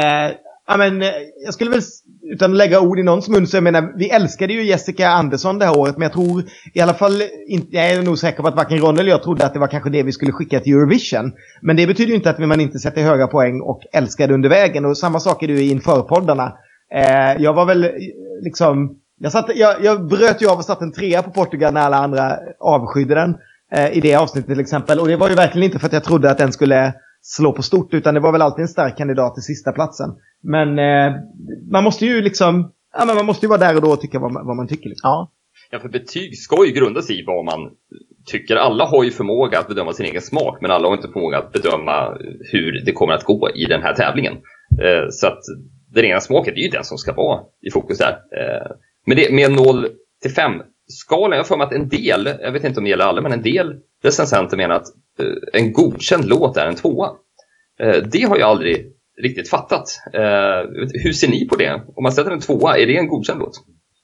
jag skulle väl, utan att lägga ord i någons mun, så jag menar, vi älskade ju Jessica Andersson det här året, men jag tror i alla fall inte, jag är nog säker på att varken Ron eller jag trodde att det var kanske det vi skulle skicka till Eurovision. Men det betyder ju inte att man inte sätter höga poäng och älskar det under vägen. Och samma sak är det ju inför poddarna. Jag var väl liksom, jag bröt ju av och satt en 3 på Portugal när alla andra avskydde den i det avsnittet till exempel. Och det var ju verkligen inte för att jag trodde att den skulle slå på stort, utan det var väl alltid en stark kandidat till sista platsen. Men man måste ju liksom, man måste ju vara där och då och tycka vad man tycker liksom. Ja, för betyg ska ju grundas i vad man tycker. Alla har ju förmåga att bedöma sin egen smak, men alla har inte förmåga att bedöma hur det kommer att gå i den här tävlingen. Så att den ena smaken är ju den som ska vara i fokus där. Men det med 0 till 5 skalan, jag får mig att en del, jag vet inte om det gäller alla, men en del recensenter menar att en godkänd låt är en 2. Det har jag aldrig riktigt fattat. Hur ser ni på det? Om man sätter en 2, är det en godkänd låt?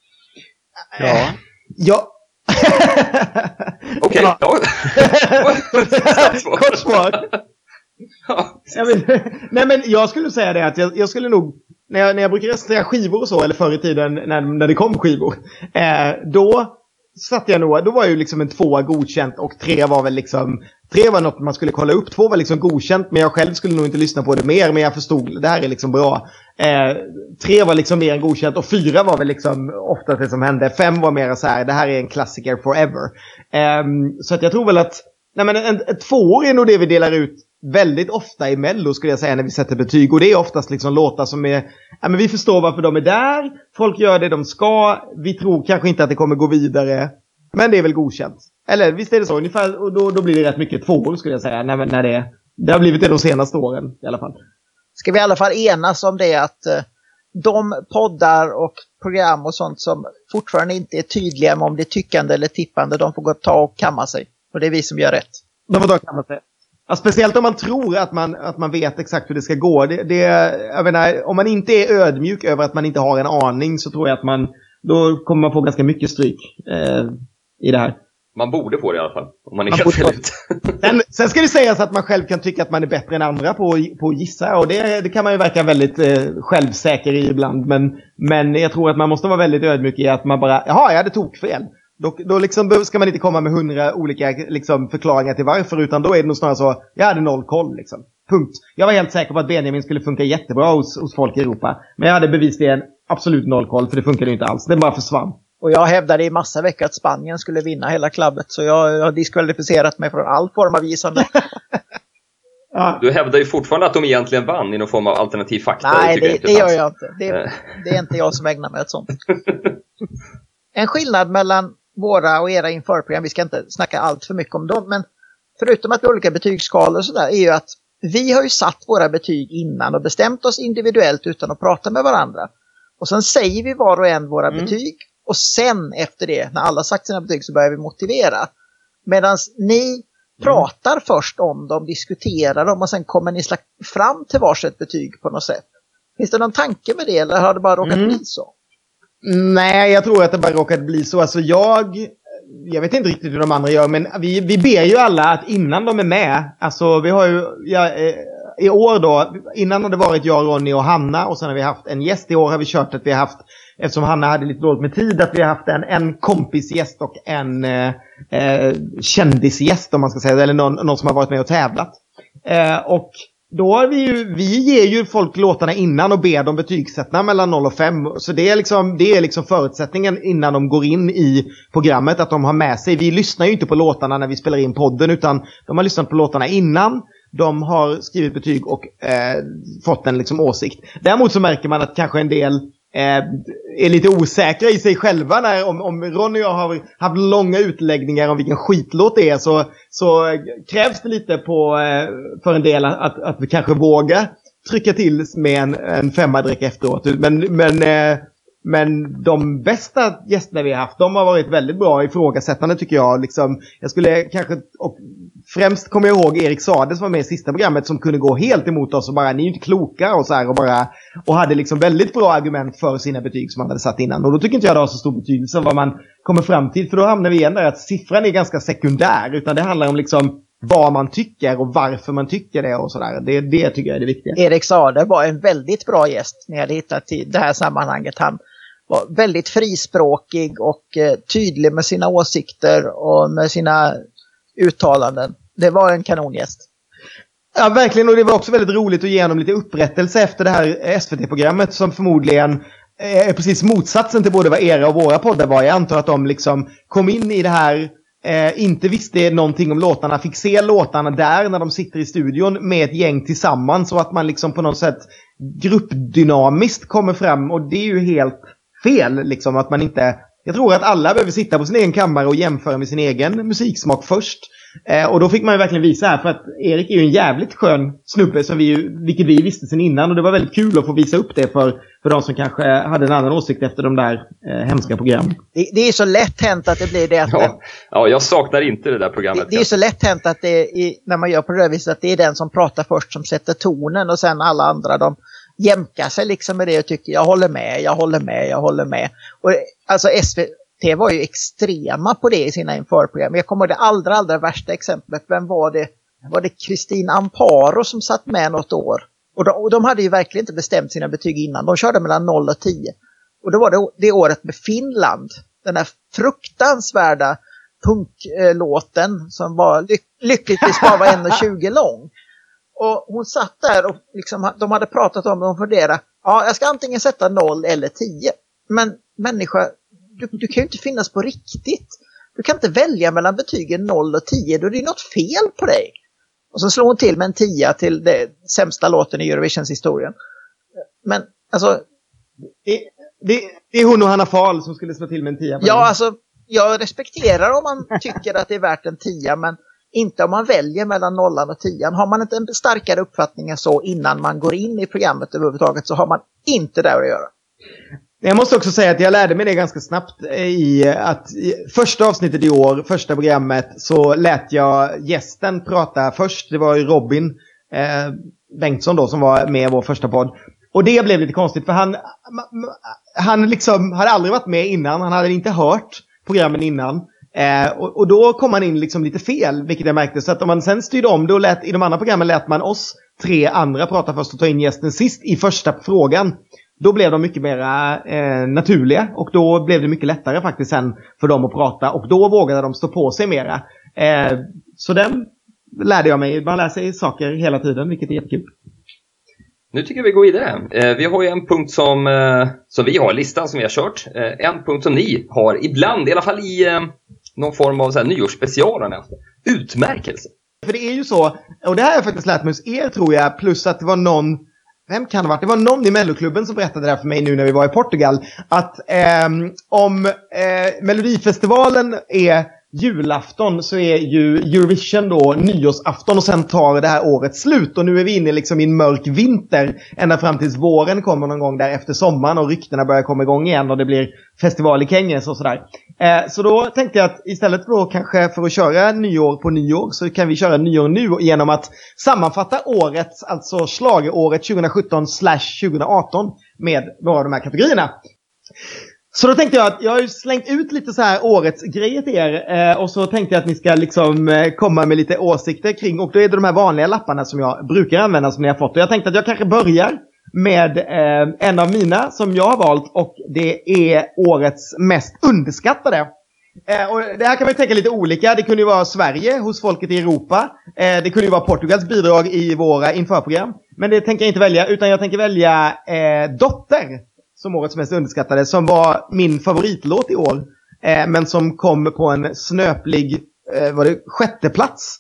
Ja. Okej, ja. Kort svar. Nej, men jag skulle säga det att jag skulle nog, när jag brukar recensera skivor och så, eller förr i tiden när det kom skivor, då satt jag nog, då var ju liksom en 2 godkänt och 3 var väl liksom, 3 var något man skulle kolla upp, 2 var liksom godkänt, men jag själv skulle nog inte lyssna på det mer, men jag förstod, det här är liksom bra. 3 var liksom mer än godkänt och 4 var väl liksom ofta det som hände. 5 var mer så här, det här är en klassiker forever. Så att jag tror väl att en 2 är nog det vi delar ut väldigt ofta i Mello, skulle jag säga, när vi sätter betyg. Och det är oftast liksom låtar som är, men vi förstår varför de är där, folk gör det de ska, vi tror kanske inte att det kommer gå vidare, men det är väl godkänt. Eller visst är det så ungefär, och då blir det rätt mycket 2, skulle jag säga, när det har blivit det de senaste åren i alla fall. Ska vi i alla fall enas om det, att de poddar och program och sånt som fortfarande inte är tydliga med om det är tyckande eller tippande, de får gå ta och kamma sig. Och det är vi som gör rätt. De får ta och kamma sig. Ja, speciellt om man tror att man vet exakt hur det ska gå. Jag menar, om man inte är ödmjuk över att man inte har en aning, så tror jag att då kommer man få ganska mycket stryk i det här. Man borde få det i alla fall, om man är helt rätt. Sen ska det sägas att man själv kan tycka att man är bättre än andra på att gissa. Och det kan man ju verka väldigt självsäker i ibland. Men jag tror att man måste vara väldigt ödmjuk i att man bara, jaha, jag hade tokfel. Då liksom ska man inte komma med 100 olika liksom förklaringar till varför, utan då är det nog snarare så, jag hade noll koll liksom. Punkt. Jag var helt säker på att Benjamin skulle funka jättebra hos folk i Europa. Men jag hade bevisligen absolut noll koll, för det funkade ju inte alls. Det bara försvann. Och jag hävdade i massa veckor att Spanien skulle vinna hela klubbet. Så jag har diskvalificerat mig från all form av gissande. Ja. Du hävdar ju fortfarande att de egentligen vann i någon form av alternativ fakta. Nej, det gör jag inte. Det är inte jag som ägnar mig åt sånt. En skillnad mellan våra och era införprogram, vi ska inte snacka allt för mycket om dem, men förutom att vi har olika betygsskalor och sådär, är ju att vi har ju satt våra betyg innan och bestämt oss individuellt utan att prata med varandra. Och sen säger vi var och en våra betyg, och sen efter det, när alla sagt sina betyg, så börjar vi motivera. Medan ni pratar först om dem, diskuterar dem och sen kommer ni fram till varsitt betyg på något sätt. Finns det någon tanke med det, eller har det bara råkat bli så? Nej, jag tror att det bara råkat bli så. Alltså jag vet inte riktigt hur de andra gör, men vi ber ju alla att innan de är med, alltså vi har ju i år då, innan har det varit jag, Ronny och Hanna, och sen har vi haft en gäst. I år har vi kört att vi har haft, eftersom Hanna hade lite dåligt med tid, att vi har haft en kompisgäst och en kändisgäst, om man ska säga, eller någon som har varit med och tävlat. Och då har vi ger ju folk låtarna innan och ber dem betygsätta mellan 0 och 5. Så det är liksom förutsättningen innan de går in i programmet, att de har med sig. Vi lyssnar ju inte på låtarna när vi spelar in podden, utan de har lyssnat på låtarna innan. De har skrivit betyg och fått en liksom åsikt. Däremot så märker man att kanske en del är lite osäkra i sig själva. Om Ronny och jag har haft långa utläggningar om vilken skitlåt det är, så krävs det lite för en del att vi kanske vågar trycka till med en 5 direkt efteråt. Men de bästa gästerna vi har haft, de har varit väldigt bra ifrågasättande, tycker jag. Liksom, jag skulle kanske, och främst kommer jag ihåg Erik Sade som var med i sista programmet, som kunde gå helt emot oss och bara, ni är ju inte kloka och så här, och hade liksom väldigt bra argument för sina betyg som man hade satt innan. Och då tycker inte jag det har så stor betydelse vad man kommer fram till, för då hamnar vi igen där att siffran är ganska sekundär, utan det handlar om liksom vad man tycker och varför man tycker det och sådär. Det tycker jag är det viktiga. Erik Sade var en väldigt bra gäst ni hade hittat i det här sammanhanget. Han var väldigt frispråkig och tydlig med sina åsikter och med sina uttalanden. Det var en kanongäst. Ja, verkligen. Och det var också väldigt roligt att ge honom lite upprättelse efter det här SVT-programmet, som förmodligen är precis motsatsen till både vad era och våra poddar var. Jag antar att de liksom kom in i det här, inte visste någonting om låtarna, fick se låtarna där när de sitter i studion med ett gäng tillsammans, och att man liksom på något sätt gruppdynamiskt kommer fram. Och det är ju helt fel liksom, att man inte... Jag tror att alla behöver sitta på sin egen kammare och jämföra med sin egen musiksmak först. Och då fick man ju verkligen visa här, för att Erik är ju en jävligt skön snubbe, som vilket vi visste sen innan. Och det var väldigt kul att få visa upp det för de som kanske hade en annan åsikt efter de där hemska programmen. Det är så lätt hänt att det blir det. Ja, jag saknar inte det där programmet. Det är så lätt hänt att när man gör på det viset, att det är den som pratar först som sätter tonen, och sen alla andra, de jämkar sig liksom med det och tycker jag håller med. Och alltså SVT var ju extrema på det i sina införprogram. Jag kommer ihåg det allra värsta exemplet. Vem var det? Var det Kristin Amparo som satt med något år? Och de hade ju verkligen inte bestämt sina betyg innan. De körde mellan 0 och 10. Och då var det året med Finland. Den där fruktansvärda punklåten som var lyckligtvis bara var 1,20 lång. Och hon satt där och liksom, de hade pratat om det och funderade. Ja, jag ska antingen sätta 0 eller 10. Men människa, du kan ju inte finnas på riktigt. Du kan inte välja mellan betygen 0 och 10. Då är det något fel på dig. Och så slår hon till med en 10 till det sämsta låten i Eurovisions historien. Men alltså... Det är hon och Hanna Fahl som skulle slå till med en 10. Ja, alltså jag respekterar om man tycker att det är värt en 10, men inte om man väljer mellan 0 och 10. Har man inte en starkare uppfattning än så innan man går in i programmet överhuvudtaget, så har man inte där att göra. Jag måste också säga att jag lärde mig det ganska snabbt i att i första avsnittet i år, första programmet, så lät jag gästen prata först. Det var ju Robin Bengtsson då som var med i vår första podd. Och det blev lite konstigt, för han liksom hade aldrig varit med innan. Han hade inte hört programmen innan. Och då kom man in liksom lite fel, vilket jag märkte. Så att om man sen styrde om det och i de andra programmen lät man oss 3 andra prata först och ta in gästen sist i första frågan. då blev de mycket mer naturliga. Och då blev det mycket lättare faktiskt sen för dem att prata. Och då vågade de stå på sig mera. Så den lärde jag mig. Man lär sig saker hela tiden, vilket är jättekul. Nu tycker vi går vidare. Vi har ju en punkt som vi har, listan som vi har kört. En punkt som ni har, ibland, i alla fall i någon form av så här nyårsspecialen efter. Utmärkelse. För det är ju så, och det här har jag faktiskt lärt mig hos er tror jag, plus att det var någon, vem kan det ha varit? Det var någon i Melloklubben som berättade det här för mig nu när vi var i Portugal. Att om Melodifestivalen är julafton så är ju Eurovision då nyårsafton och sen tar det här året slut. Och nu är vi inne liksom i en mörk vinter ända fram tills våren kommer någon gång där efter sommaren och ryktena börjar komma igång igen och det blir festival i Känges och sådär. Så då tänkte jag att istället då kanske för att köra nyår på nyår så kan vi köra nyår nu genom att sammanfatta årets, alltså schlageråret 2017/2018 med några av de här kategorierna. Så då tänkte jag att jag har ju slängt ut lite så här årets grejer till er och så tänkte jag att ni ska liksom komma med lite åsikter kring, och då är det de här vanliga lapparna som jag brukar använda som ni har fått. Och jag tänkte att jag kanske börjar med en av mina som jag har valt, och det är årets mest underskattade. Och det här kan man ju tänka lite olika. Det kunde ju vara Sverige hos folket i Europa. Det kunde ju vara Portugals bidrag i våra införprogram. Men det tänker jag inte välja, utan jag tänker välja Dotter som årets mest underskattade, som var min favoritlåt i år. Men som kom på en snöplig sjätte plats.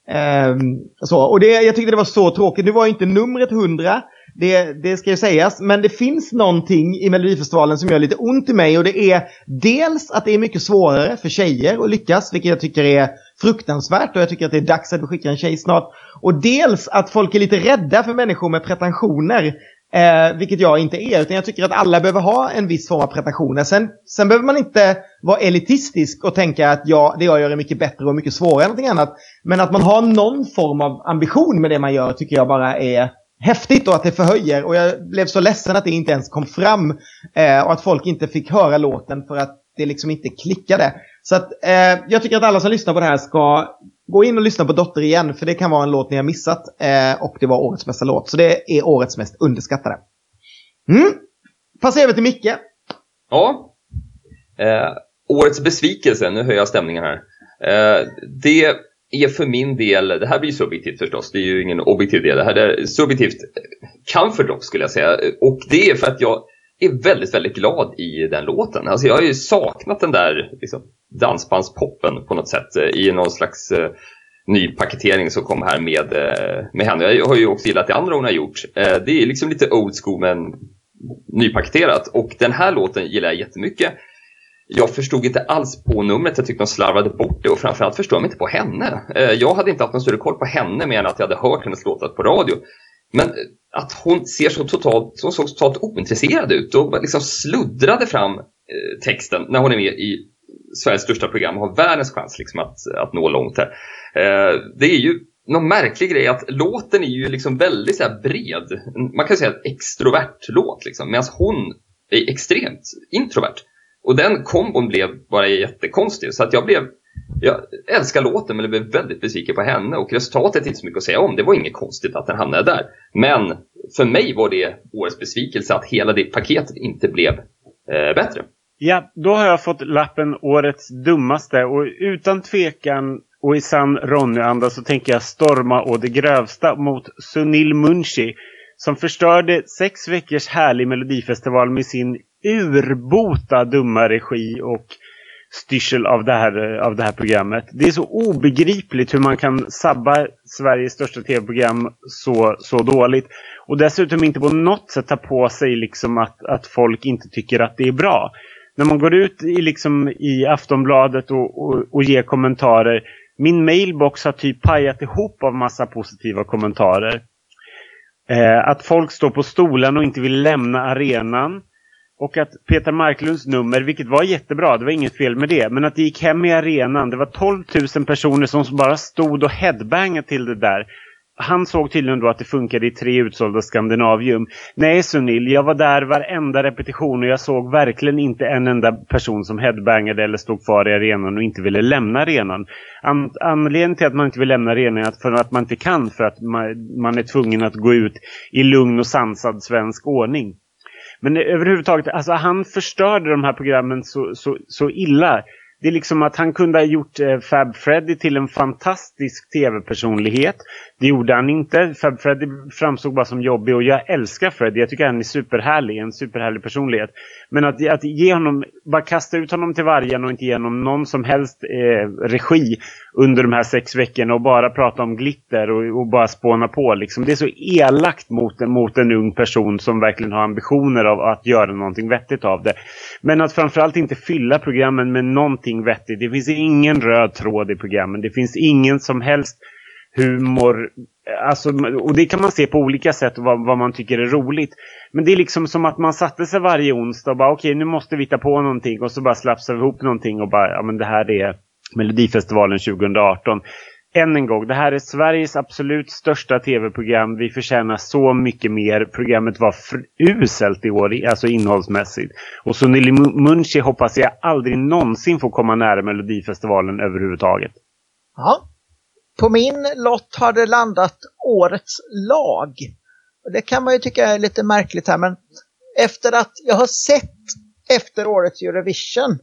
Och jag tyckte det var så tråkigt. Nu var ju inte numret 100. Det ska ju sägas. Men det finns någonting i Melodifestivalen som gör lite ont i mig. Och det är dels att det är mycket svårare för tjejer att lyckas, vilket jag tycker är fruktansvärt. Och jag tycker att det är dags att vi skickar en tjej snart. Och dels att folk är lite rädda för människor med pretensioner. Vilket jag inte är, utan jag tycker att alla behöver ha en viss form av pretensioner. Sen behöver man inte vara elitistisk och tänka att det jag gör är mycket bättre och mycket svårare än någonting annat. Men att man har någon form av ambition med det man gör tycker jag bara är häftigt, och att det förhöjer. Och jag blev så ledsen att det inte ens kom fram och att folk inte fick höra låten för att det liksom inte klickade. Så att jag tycker att alla som lyssnar på det här ska gå in och lyssna på Dotter igen, för det kan vara en låt ni har missat. Och det var årets bästa låt. Så det är årets mest underskattade. Passa över till Micke. Ja. Årets besvikelse, nu höjer jag stämningen här. Det är för min del, det här blir subjektivt förstås, det är ju ingen objektiv del. Det här är subjektivt comfort skulle jag säga. Och det är för att jag är väldigt, väldigt glad i den låten. Alltså jag har ju saknat den där liksom, dansbandspoppen på något sätt i någon slags ny paketering som kom här med henne. Jag har ju också gillat det andra hon har gjort. Det är liksom lite old school men nypaketerat. Och den här låten gillar jag jättemycket. Jag förstod inte alls på numret. Jag tyckte de slarvade bort det. Och framförallt förstår jag mig inte på henne. Jag hade inte haft någon större koll på henne mer än att jag hade hört hennes låtar på radio. Men att hon ser så totalt ointresserad ut och liksom sluddrade fram texten när hon är med i Sveriges största program och har världens chans liksom att nå långt här. Det är ju någon märklig grej att låten är ju liksom väldigt så här bred. Man kan säga ett extrovert låt liksom, medan hon är extremt introvert. Och den kombon blev bara jättekonstig. Så att jag älskar låten, men jag blev väldigt besviken på henne. Och resultatet är inte så mycket att säga om. Det var inget konstigt att den hamnade där. Men för mig var det årets besvikelse att hela det paketet inte blev bättre. Ja, då har jag fått lappen årets dummaste. Och utan tvekan och i sann Ronny-anda så tänker jag storma å det grövsta mot Sunil Munshi. Som förstörde 6 veckors härlig melodifestival med sin urbota dumma regi och styrsel av det här programmet. Det är så obegripligt hur man kan sabba Sveriges största tv-program så dåligt. Och dessutom inte på något sätt ta på sig liksom att folk inte tycker att det är bra. När man går ut i Aftonbladet och ger kommentarer. Min mailbox har typ pajat ihop av massa positiva kommentarer. Att folk står på stolen och inte vill lämna arenan. Och att Peter Marklunds nummer, vilket var jättebra, det var inget fel med det. Men att det gick hem i arenan, det var 12 000 personer som bara stod och headbangade till det där. Han såg tydligen då att det funkade i 3 utsålda Skandinavium. Nej Sunil, jag var där varenda repetition och jag såg verkligen inte en enda person som headbangade eller stod kvar i arenan och inte ville lämna arenan. Anledningen till att man inte vill lämna arenan är för att man inte kan, för att man är tvungen att gå ut i lugn och sansad svensk ordning. Men överhuvudtaget, alltså han förstörde de här programmen så illa. Det är liksom att han kunde ha gjort Fab Freddy till en fantastisk tv-personlighet. Det gjorde han inte. Fab Freddy framstod bara som jobbig, och jag älskar Freddy. Jag tycker han är superhärlig, en superhärlig personlighet. Men att ge honom, bara kasta ut honom till vargen och inte ge honom någon som helst regi under de här 6 veckorna och bara prata om glitter och bara spåna på. Liksom. Det är så elakt mot en ung person som verkligen har ambitioner av att göra någonting vettigt av det. Men att framförallt inte fylla programmen med någonting vettigt. Det finns ingen röd tråd i programmen. Det finns ingen som helst humor. Alltså, och det kan man se på olika sätt vad man tycker är roligt. Men det är liksom som att man satte sig varje onsdag och bara okej, nu måste vi ta på någonting. Och så bara slapsar vi ihop någonting och bara, ja men det här är Melodifestivalen 2018. Än en gång, det här är Sveriges absolut största tv-program. Vi förtjänar så mycket mer. Programmet var uselt i år, alltså innehållsmässigt. Och så Nili Munchi hoppas jag aldrig någonsin får komma nära Melodifestivalen överhuvudtaget. Ja. På min lott har det landat årets lag. Och det kan man ju tycka är lite märkligt här, men efter att jag har sett efter årets Eurovision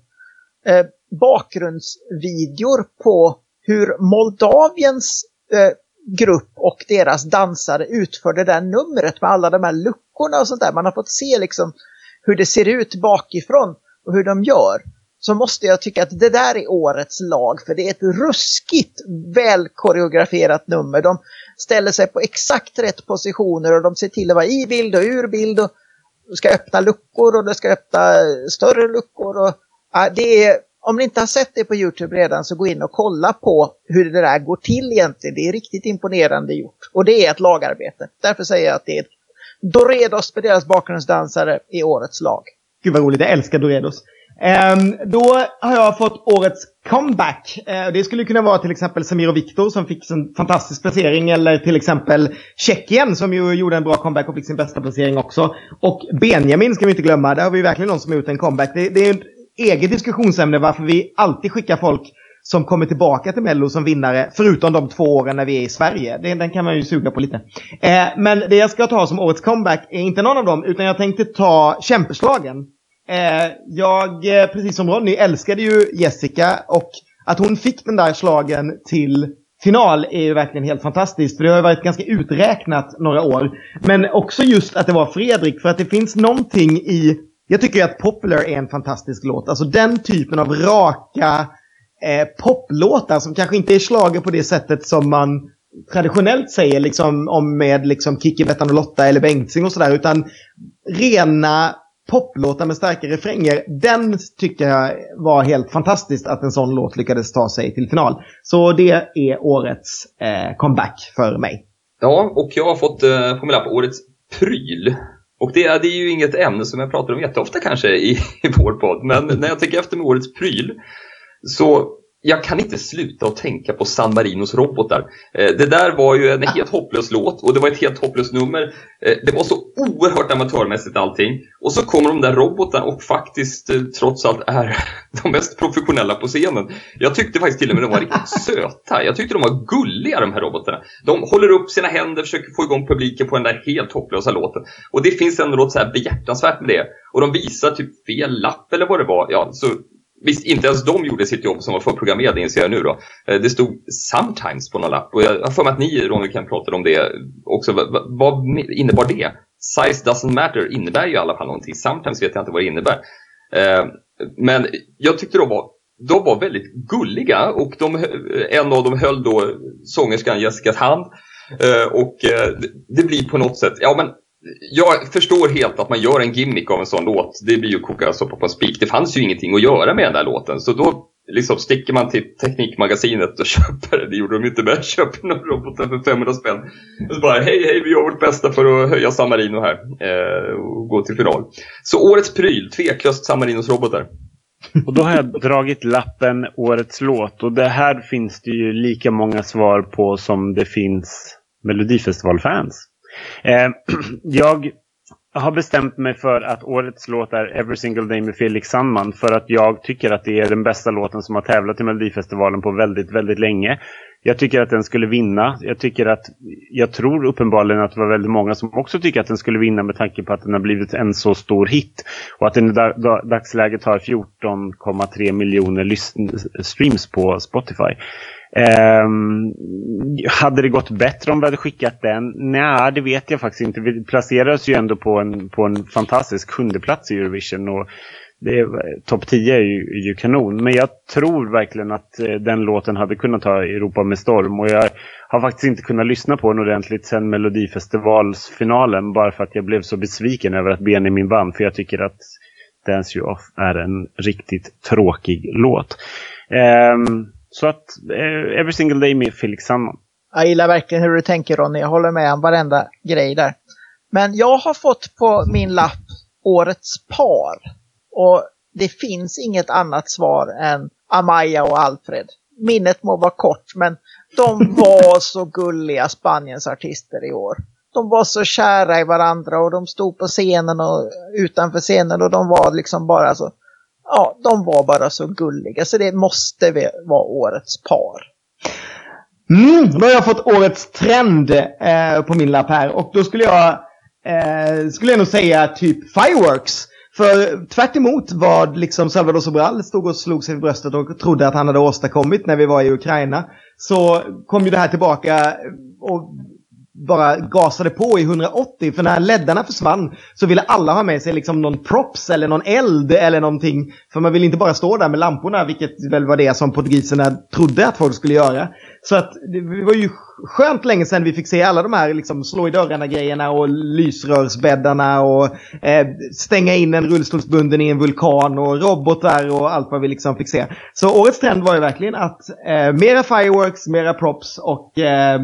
bakgrundsvideor på hur Moldaviens grupp och deras dansare utförde det där numret med alla de här luckorna och sånt där. Man har fått se liksom hur det ser ut bakifrån och hur de gör. Så måste jag tycka att det där är årets lag, för det är ett ruskigt väl koreograferat nummer. De ställer sig på exakt rätt positioner och de ser till att vara i bild och ur bild och ska öppna luckor och det ska öppna större luckor. Och, det är, om ni inte har sett det på YouTube redan, så gå in och kolla på hur det där går till egentligen. Det är riktigt imponerande gjort. Och det är ett lagarbete. Därför säger jag att det är Doredos med deras bakgrundsdansare i årets lag. Gud vad roligt, jag älskar Doredos. Då har jag fått årets comeback. Det skulle kunna vara till exempel Samir och Viktor som fick en fantastisk placering, eller till exempel Tjeckien som ju gjorde en bra comeback och fick sin bästa placering också. Och Benjamin ska vi inte glömma, där har vi verkligen någon som har gjort en comeback. Det är ett eget diskussionsämne varför vi alltid skickar folk som kommer tillbaka till Mello som vinnare, förutom de 2 åren när vi är i Sverige. Den kan man ju suga på lite. Men det jag ska ta som årets comeback är inte någon av dem, utan jag tänkte ta kämpeslagen. Jag, precis som Ronny, älskade ju Jessica, och att hon fick den där slagen till final är ju verkligen helt fantastiskt, för det har ju varit ganska uträknat några år. Men också just att det var Fredrik, för att det finns någonting i, jag tycker att Popular är en fantastisk låt. Alltså den typen av raka poplåtar som kanske inte är slager på det sättet som man traditionellt säger liksom, om med liksom Kikki, Bettan och Lotta eller Bengtzing och sådär, utan rena poplåtar med starka refränger. Den tycker jag var helt fantastiskt, att en sån låt lyckades ta sig till final. Så det är årets comeback för mig. Ja, och jag har fått formulera på årets pryl. Och det är ju inget ämne som jag pratar om jätteofta kanske i vår podd. Men när jag tänker efter med årets pryl, så jag kan inte sluta att tänka på San Marinos robotar. Det där var ju en helt hopplös låt, och det var ett helt hopplöst nummer. Det var så oerhört amatörmässigt allting. Och så kommer de där robotarna och faktiskt trots allt är de mest professionella på scenen. Jag tyckte faktiskt till och med de var riktigt söta. Jag tyckte de var gulliga, de här robotarna. De håller upp sina händer, försöker få igång publiken på den där helt hopplösa låten. Och det finns ändå något så här behjärtansvärt med det. Och de visar typ fel lapp eller vad det var. Ja, så visst, inte ens de gjorde sitt jobb som var förprogrammerade, inser jag nu då. Det stod sometimes på någon lapp. Och jag har för mig att ni, Ronny, kan prata om det också. Vad innebar det? Size doesn't matter innebär ju i alla fall någonting. Sometimes vet jag inte vad det innebär. Men jag tyckte de var väldigt gulliga. Och en av dem höll då sångerskan Jessicas hand. Och det blir på något sätt, ja men jag förstår helt att man gör en gimmick av en sån låt. Det blir ju koka soppa på en spik. Det fanns ju ingenting att göra med den där låten. Så då liksom sticker man till Teknikmagasinet och köper. Det gjorde de inte, men köper någon robotar för 500 spänn. Och så bara, hej, vi gör vårt bästa för att höja San Marino här. Och gå till final. Så årets pryl, tveklöst San Marinos robotar. Och då har jag dragit lappen årets låt. Och det här finns det ju lika många svar på som det finns Melodifestivalfans. Jag har bestämt mig för att årets låt är Every Single Day med Felix Sandman. För att jag tycker att det är den bästa låten som har tävlat i Melodifestivalen på väldigt, väldigt länge. Jag tycker att den skulle vinna. Jag tror uppenbarligen att det var väldigt många som också tycker att den skulle vinna med tanke på att den har blivit en så stor hit. Och att den i dagsläget har 14,3 miljoner streams på Spotify. Hade det gått bättre om vi hade skickat den? Nej, det vet jag faktiskt inte. Vi placerades ju ändå på en fantastisk 7:e plats i Eurovision och topp 10 är ju kanon. Men jag tror verkligen att den låten hade kunnat ta Europa med storm. Och jag har faktiskt inte kunnat lyssna på den ordentligt sen Melodifestivalsfinalen. Bara för att jag blev så besviken över att Benjamin vann. För jag tycker att Dance You Off är en riktigt tråkig låt. Så att Every Single Day med Felix Sandman. Jag gillar verkligen hur du tänker, Ronny. Jag håller med om varenda grej där. Men jag har fått på min lapp årets par. Och det finns inget annat svar än Amaya och Alfred. Minnet må vara kort, men de var så gulliga, Spaniens artister i år. De var så kära i varandra och de stod på scenen och utanför scenen och de var liksom bara så... Ja, de var bara så gulliga, så det måste vara årets par. Då har jag fått årets trend på min lapp här. Och då skulle jag nog säga typ Fireworks. För tvärt emot vad liksom Salvador Sobral stod och slog sig i bröstet och trodde att han hade åstadkommit när vi var i Ukraina, så kom ju det här tillbaka och bara gasade på i 180. För när leddarna försvann så ville alla ha med sig liksom någon props eller någon eld eller någonting. För man vill inte bara stå där med lamporna, vilket väl var det som portugiserna trodde att folk skulle göra. Så att det var ju skönt länge sedan vi fick se alla de här liksom slå i dörrarna grejerna och lysrörsbäddarna och stänga in en rullstolsbunden i en vulkan och robotar och allt vad vi liksom fick se. Så årets trend var ju verkligen att mera fireworks, mera props och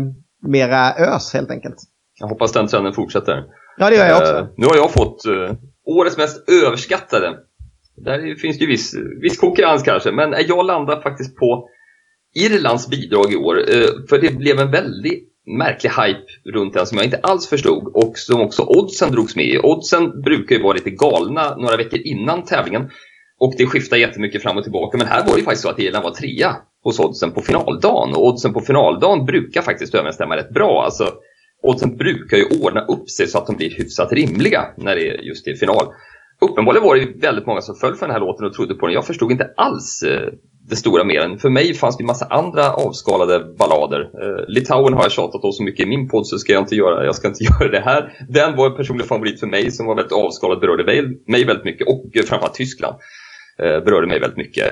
mera ös helt enkelt. Jag hoppas den trenden fortsätter. Ja, det gör jag också. Nu har jag fått årets mest överskattade. Där finns ju viss konkurrens kanske. Men jag landar faktiskt på Irlands bidrag i år. För det blev en väldigt märklig hype runt den som jag inte alls förstod. Och som också oddsen drogs med i. Oddsen brukar ju vara lite galna några veckor innan tävlingen. Och det skiftar jättemycket fram och tillbaka. Men här var det ju faktiskt så att Irland var 3 hos oddsen på finaldagen. Och oddsen på finaldagen brukar faktiskt överensstämma rätt bra. Alltså, oddsen brukar ju ordna upp sig så att de blir hyfsat rimliga när det är just i final. Uppenbarligen var det ju väldigt många som föll för den här låten och trodde på den. Jag förstod inte alls det stora mer än. För mig fanns det en massa andra avskalade ballader. Litauen har jag tjatat om så mycket i min podd, så ska jag inte göra det här. Den var en personlig favorit för mig som var väldigt avskalad, berörde mig väldigt mycket. Och framförallt Tyskland berörde mig väldigt mycket.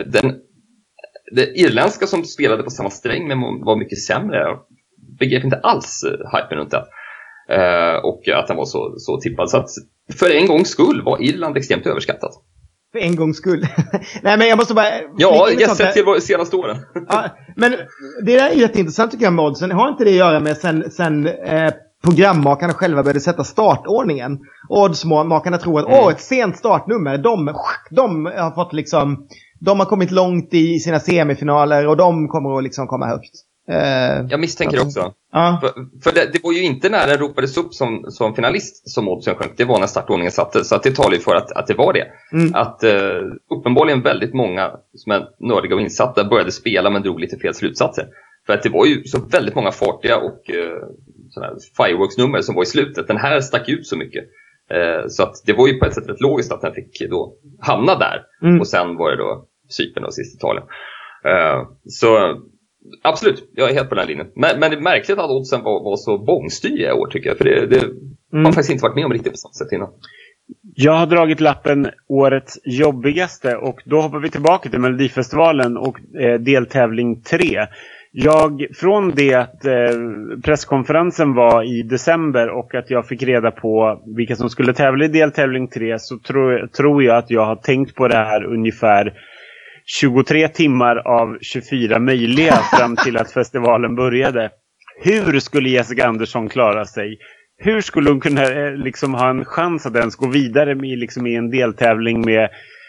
Det irländska som spelade på samma sträng men var mycket sämre. Jag begrep inte alls hypen runt det. Och att den var så tippad. Så att för en gångs skull var Irland extremt överskattat. För en gångs skull. Nej, men jag måste bara... Ja, jag sett till de senaste åren. Ja, men det är jätteintressant tycker jag med oddsen. Har inte det att göra med sen programmakarna själva började sätta startordningen? Oddsmakarna tror att ett sent startnummer, de har fått liksom... De har kommit långt i sina semifinaler och de kommer att liksom komma högt. Jag misstänker också. Ja. För det var ju inte när den ropades upp som finalist som oddsen sjönk. Det var när startordningen sattes. Så att det talar ju för att det var det. Att uppenbarligen väldigt många som är nördiga och insatta började spela men drog lite fel slutsatser. För att det var ju så väldigt många fartiga och sådana här fireworks-nummer som var i slutet. Den här stack ut så mycket. Så att det var ju på ett sätt rätt logiskt att den fick då hamna där. Och sen var det då Cypern och sist Italien. Så absolut, jag är helt på den här linjen. Men det är märkligt att oddsen var så bångstyriga i år tycker jag. För det har faktiskt inte varit med om riktigt på samma sätt innan. Jag har dragit lappen årets jobbigaste och då hoppar vi tillbaka till Melodifestivalen och deltävling 3. Från det att presskonferensen var i december och att jag fick reda på vilka som skulle tävla i deltävling 3, så tror jag att jag har tänkt på det här ungefär 23 timmar av 24 möjliga fram till att festivalen började. Hur skulle Jessica Andersson klara sig? Hur skulle hon kunna liksom ha en chans att ens gå vidare med, liksom, i en deltävling med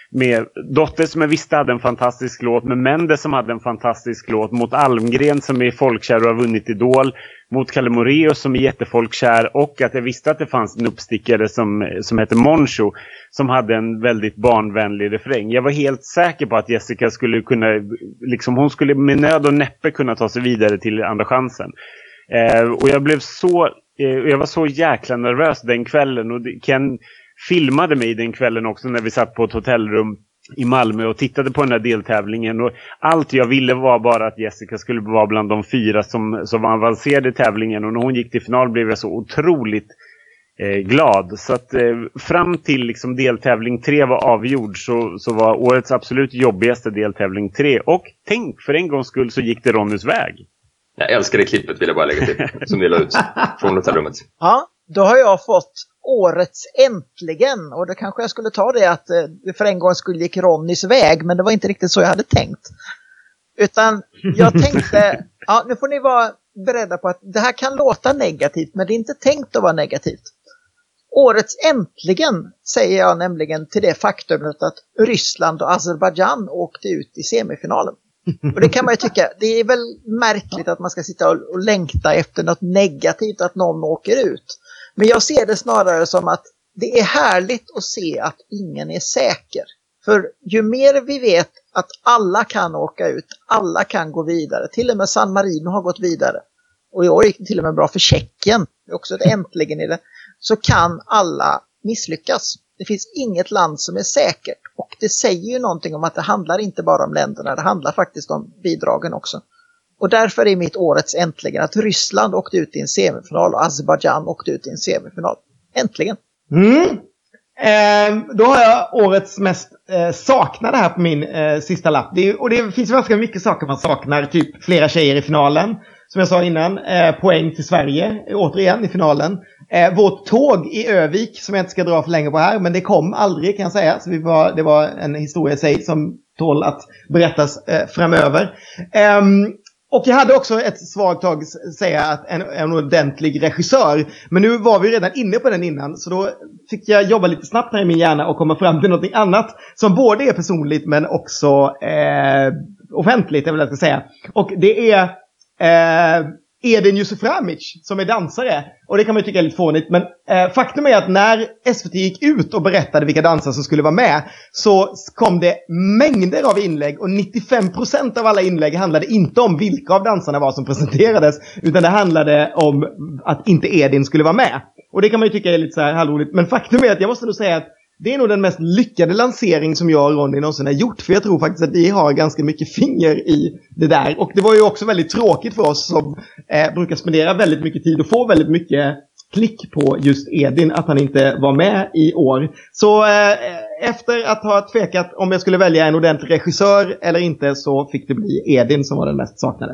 med Dotter som jag visste hade en fantastisk låt, med Mendes som hade en fantastisk låt, mot Almgren som är folkkär och har vunnit Idol, mot Kalle Moraeus som är jättefolkkär, och att jag visste att det fanns en uppstickare som heter Moncho som hade en väldigt barnvänlig refräng. Jag var helt säker på att Jessica skulle kunna, liksom, hon skulle med nöd och näppe kunna ta sig vidare till andra chansen. Och jag var så jäkla nervös den kvällen, och Ken filmade mig den kvällen också när vi satt på ett hotellrum i Malmö och tittade på den här deltävlingen, och allt jag ville var bara att Jessica skulle vara bland de 4 som avancerade i tävlingen, och när hon gick till final blev jag så otroligt glad. Så att fram till liksom deltävling 3 var avgjord, så var årets absolut jobbigaste deltävling 3, och tänk, för en gångs skull så gick det Ronnys väg. Jag älskar det klippet, vill jag bara lägga till, som vi la ut från hotellrummet. Ja, då har jag fått årets äntligen, och då kanske jag skulle ta det att för en gång skulle gick Ronnys väg, men det var inte riktigt så jag hade tänkt. Utan jag tänkte, ja, nu får ni vara beredda på att det här kan låta negativt, men det är inte tänkt att vara negativt. Årets äntligen säger jag nämligen till det faktumet att Ryssland och Azerbaijan åkte ut i semifinalen. Och det kan man ju tycka, det är väl märkligt att man ska sitta och längta efter något negativt, att någon åker ut. Men jag ser det snarare som att det är härligt att se att ingen är säker. För ju mer vi vet att alla kan åka ut, alla kan gå vidare. Till och med San Marino har gått vidare. Och i år gick det till och med bra för Tjeckien. Det är också ett äntligen i det. Så kan alla misslyckas. Det finns inget land som är säkert. Och det säger ju någonting om att det handlar inte bara om länderna. Det handlar faktiskt om bidragen också. Och därför är mitt årets äntligen att Ryssland åkte ut i en semifinal och Azerbaijan åkte ut i en semifinal. Äntligen. Då har jag årets mest saknade här på min sista lapp. Det finns ganska mycket saker man saknar. Typ flera tjejer i finalen. Som jag sa innan. Poäng till Sverige återigen i finalen. Vårt tåg i Övik, som jag inte ska dra för länge på här, men det kom aldrig, kan jag säga. Så det var en historia i sig som tål att berättas framöver. Och jag hade också ett svagt tag säga att en ordentlig regissör. Men nu var vi redan inne på den innan. Så då fick jag jobba lite snabbt här i min hjärna och komma fram till något annat som både är personligt men också offentligt, jag vill jag ska säga. Och det är Edin Jusuframic som är dansare. Och det kan man ju tycka är lite fånigt. Men faktum är att när SVT gick ut och berättade vilka dansare som skulle vara med, så kom det mängder av inlägg. Och 95% av alla inlägg handlade inte om vilka av dansarna var som presenterades, utan det handlade om att inte Edin skulle vara med. Och det kan man ju tycka är lite så här halvroligt. Men faktum är att jag måste nog säga att det är nog den mest lyckade lansering som jag och Ronny någonsin har gjort. För jag tror faktiskt att vi har ganska mycket finger i det där. Och det var ju också väldigt tråkigt för oss som brukar spendera väldigt mycket tid och få väldigt mycket klick på just Edin, att han inte var med i år. Så efter att ha tvekat om jag skulle välja en ordentlig regissör eller inte, så fick det bli Edin som var den mest saknade.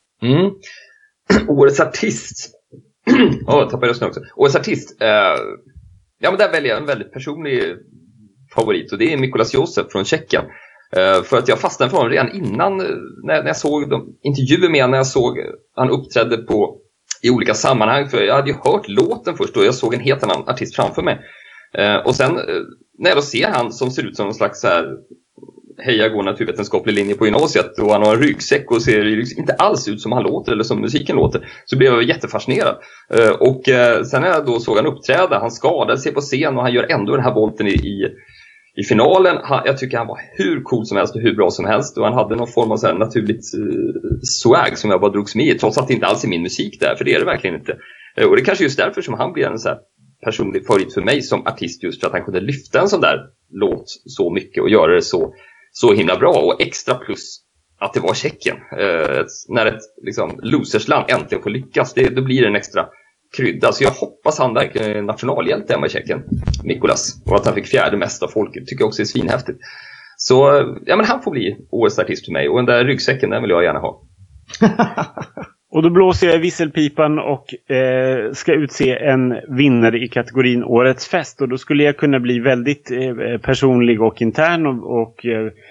Årets artist. Jag tappade rösten också. Årets artist. Ja, men där väljer jag en väldigt personlig favorit, och det är Mikolas Josef från Tjeckien. För att jag fastnade för honom redan innan, när jag såg de intervjuer med, när jag såg han uppträdde i olika sammanhang. För jag hade ju hört låten först och jag såg en helt annan artist framför mig. Och sen när jag då ser han som ser ut som en slags så här, heja går naturvetenskaplig linje på gymnasiet, och han har en ryggsäck och ser inte alls ut som han låter eller som musiken låter, så blev jag jättefascinerad. Och sen när jag då såg han uppträda, han skadade sig på scen och han gör ändå den här volten i finalen. Jag tycker han var hur cool som helst och hur bra som helst, och han hade någon form av så här naturligt swag som jag bara drogs med i, trots att det inte alls är min musik där, för det är det verkligen inte. Och det är kanske just därför som han blir en så här personlig favorit för mig som artist, just för att han kunde lyfta en sån där låt så mycket och göra det så himla bra, och extra plus att det var Tjeckien. När ett liksom, losersland äntligen får lyckas, då blir det en extra krydda. Så jag hoppas han verkligen är nationalhjälte hemma i Tjeckien, Mikolas. Och att han fick fjärde mest av folket tycker jag också är svinhäftigt. Så ja, men han får bli årets artist för mig. Och den där ryggsäcken, den vill jag gärna ha. Och då blåser jag i visselpipan och ska utse en vinnare i kategorin Årets fest. Och då skulle jag kunna bli väldigt personlig och intern och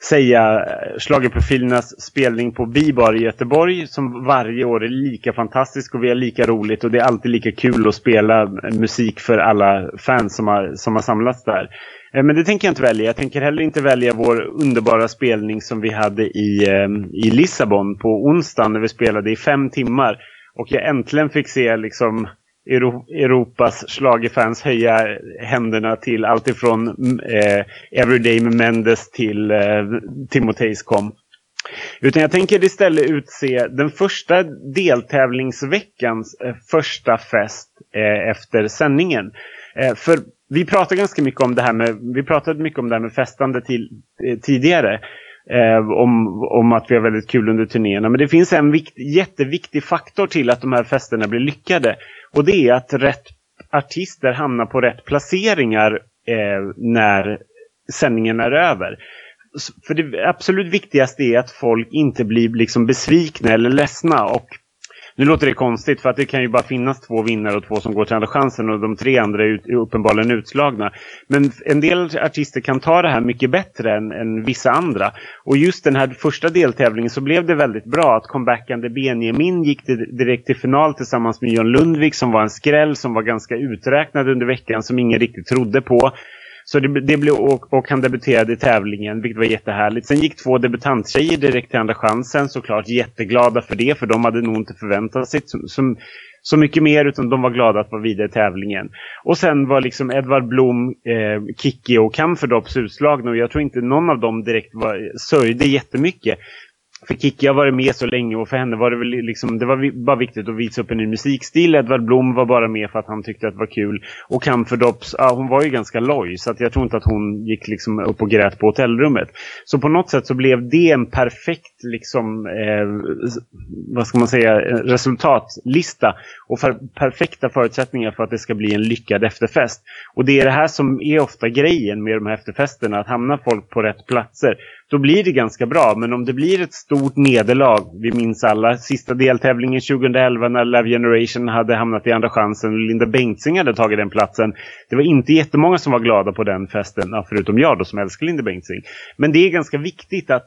säga schlagerprofilernas spelning på Bibar i Göteborg, som varje år är lika fantastisk och vi har lika roligt och det är alltid lika kul att spela musik för alla fans som har samlats där. Men det tänker jag inte välja. Jag tänker heller inte välja vår underbara spelning som vi hade i Lissabon på onsdagen när vi spelade i 5 timmar. Och jag äntligen fick se liksom Europas schlagerfans höja händerna till allt ifrån Everyday med Mendes till Timotejs kom. Utan jag tänker istället utse den första deltävlingsveckans första fest efter sändningen. För vi pratade ganska mycket om det här med festande tidigare. Om att vi har väldigt kul under turnéerna. Men det finns en jätteviktig faktor till att de här festerna blir lyckade. Och det är att rätt artister hamnar på rätt placeringar när sändningen är över. För det absolut viktigaste är att folk inte blir liksom besvikna eller ledsna. Och nu låter det konstigt för att det kan ju bara finnas 2 vinnare och 2 som går till andra chansen och de 3 andra är uppenbarligen utslagna. Men en del artister kan ta det här mycket bättre än vissa andra. Och just den här första deltävlingen så blev det väldigt bra att comebackande Benjamin gick direkt till final tillsammans med John Lundvik som var en skräll som var ganska uträknad under veckan som ingen riktigt trodde på. Så det blev, och han debuterade i tävlingen, vilket var jättehärligt. Sen gick 2 debutanttjejer direkt till andra chansen. Såklart jätteglada för det, för de hade nog inte förväntat sig så mycket mer, utan de var glada att vara vidare i tävlingen. Och sen var liksom Edvard Blom, Kikki och Kamferdopps utslagna. Och jag tror inte någon av dem direkt sörjde jättemycket. För Kikki har varit med så länge och för henne var det väl liksom, det var bara viktigt att visa upp en ny musikstil. Edvard Blom var bara med för att han tyckte att det var kul. Och Kamferdopps, hon var ju ganska loj, så att jag tror inte att hon gick liksom upp och grät på hotellrummet. Så på något sätt så blev det en perfekt liksom, vad ska man säga, resultatlista. Och perfekta förutsättningar för att det ska bli en lyckad efterfest. Och det är det här som är ofta grejen med de här efterfesterna, att hamna folk på rätt platser. Då blir det ganska bra, men om det blir ett stort nederlag, vi minns alla sista deltävlingen 2011 när Love Generation hade hamnat i andra chansen och Linda Bengtzing hade tagit den platsen. Det var inte jättemånga som var glada på den festen, förutom jag då som älskar Linda Bengtzing. Men det är ganska viktigt att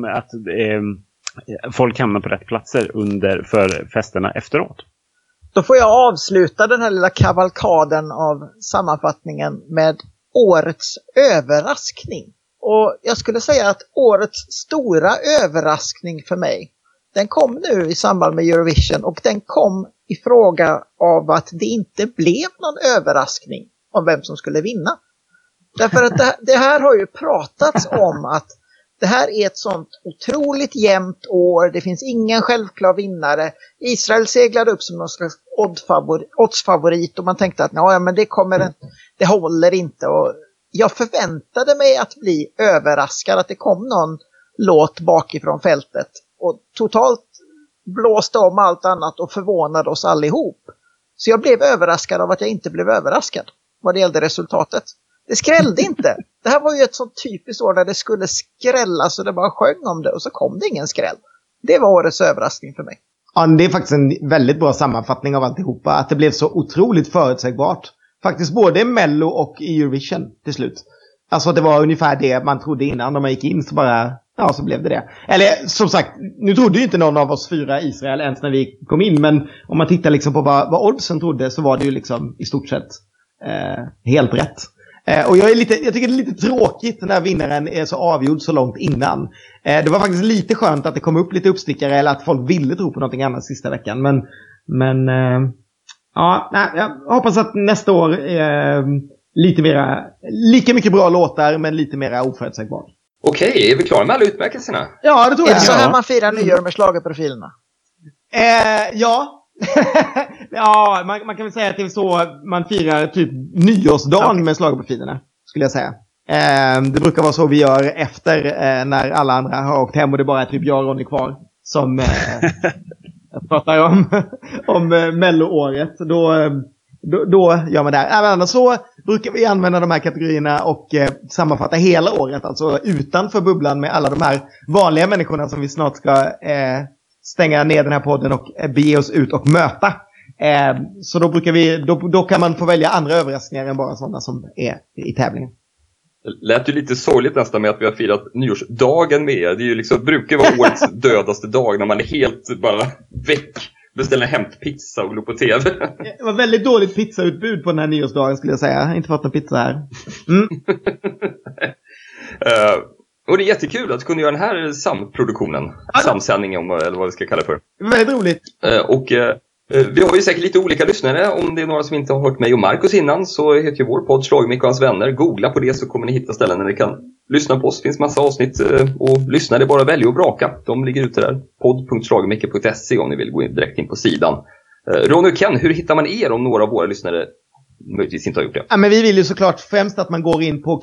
folk hamnar på rätt platser för festerna efteråt. Då får jag avsluta den här lilla kavalkaden av sammanfattningen med årets överraskning. Och jag skulle säga att årets stora överraskning för mig, den kom nu i samband med Eurovision, och den kom i fråga av att det inte blev någon överraskning om vem som skulle vinna. Därför att det här har ju pratats om att det här är ett sånt otroligt jämnt år, det finns ingen självklar vinnare. Israel seglade upp som någon slags oddsfavorit och man tänkte att men det håller inte. Och jag förväntade mig att bli överraskad, att det kom någon låt bakifrån fältet och totalt blåste om allt annat och förvånade oss allihop. Så jag blev överraskad av att jag inte blev överraskad vad det gällde resultatet. Det skrällde inte. Det här var ju ett sånt typiskt år där det skulle skrälla så det bara sjöng om det och så kom det ingen skräll. Det var årets överraskning för mig. Ja, det är faktiskt en väldigt bra sammanfattning av alltihopa. Att det blev så otroligt förutsägbart. Faktiskt både Mello och Eurovision till slut. Alltså det var ungefär det man trodde innan när man gick in, så blev det. Eller som sagt, nu trodde ju inte någon av oss 4 Israel ens när vi kom in. Men om man tittar liksom på vad oddsen trodde så var det ju liksom i stort sett helt rätt. Och jag tycker det är lite tråkigt när vinnaren är så avgjord så långt innan. Det var faktiskt lite skönt att det kom upp lite uppstickare eller att folk ville tro på någonting annat sista veckan. Men jag hoppas att nästa år är lika mycket bra låtar men lite mer oförutsägbart. Okej, är vi klara med alla utmärkelserna? Ja, det tror jag. Är det så här man firar nyår med schlagerprofilerna? Ja. Ja, man kan väl säga att det är så man firar typ nyårsdagen med schlagerprofilerna, skulle jag säga. Det brukar vara så vi gör efter när alla andra har åkt hem och det bara är typ jag och Ronny kvar som pratar om Mello-året. Då gör man det här. Även annars så brukar vi använda de här kategorierna och sammanfatta hela året. Alltså utanför bubblan med alla de här vanliga människorna som vi snart ska stänga ner den här podden och bege oss ut och möta. Så då brukar då kan man få välja andra överraskningar än bara sådana som är i tävlingen. Lät ju lite sorgligt nästan med att vi har firat nyårsdagen med er. Det är ju liksom, brukar vara årets dödaste dag när man är helt bara väck. Beställer hämtpizza och går på tv. Det var väldigt dåligt pizzautbud på den här nyårsdagen skulle jag säga. Jag har inte fått någon pizza här. Och det är jättekul att kunna göra den här samproduktionen. Samsändningen, eller vad vi ska kalla det för. Det var väldigt roligt. Vi har ju säkert lite olika lyssnare. Om det är några som inte har hört mig och Marcus innan, så heter ju vår podd Schlagermicke och hans vänner. Googla på det så kommer ni hitta ställen där ni kan lyssna på oss. Det finns massa avsnitt och lyssna, det är bara att välja och braka. De ligger ute där. podd.schlagermicke.se om ni vill gå in direkt in på sidan. Ronny och Ken, hur hittar man er om några av våra lyssnare möjligtvis inte har gjort det? Ja, men vi vill ju såklart främst att man går in på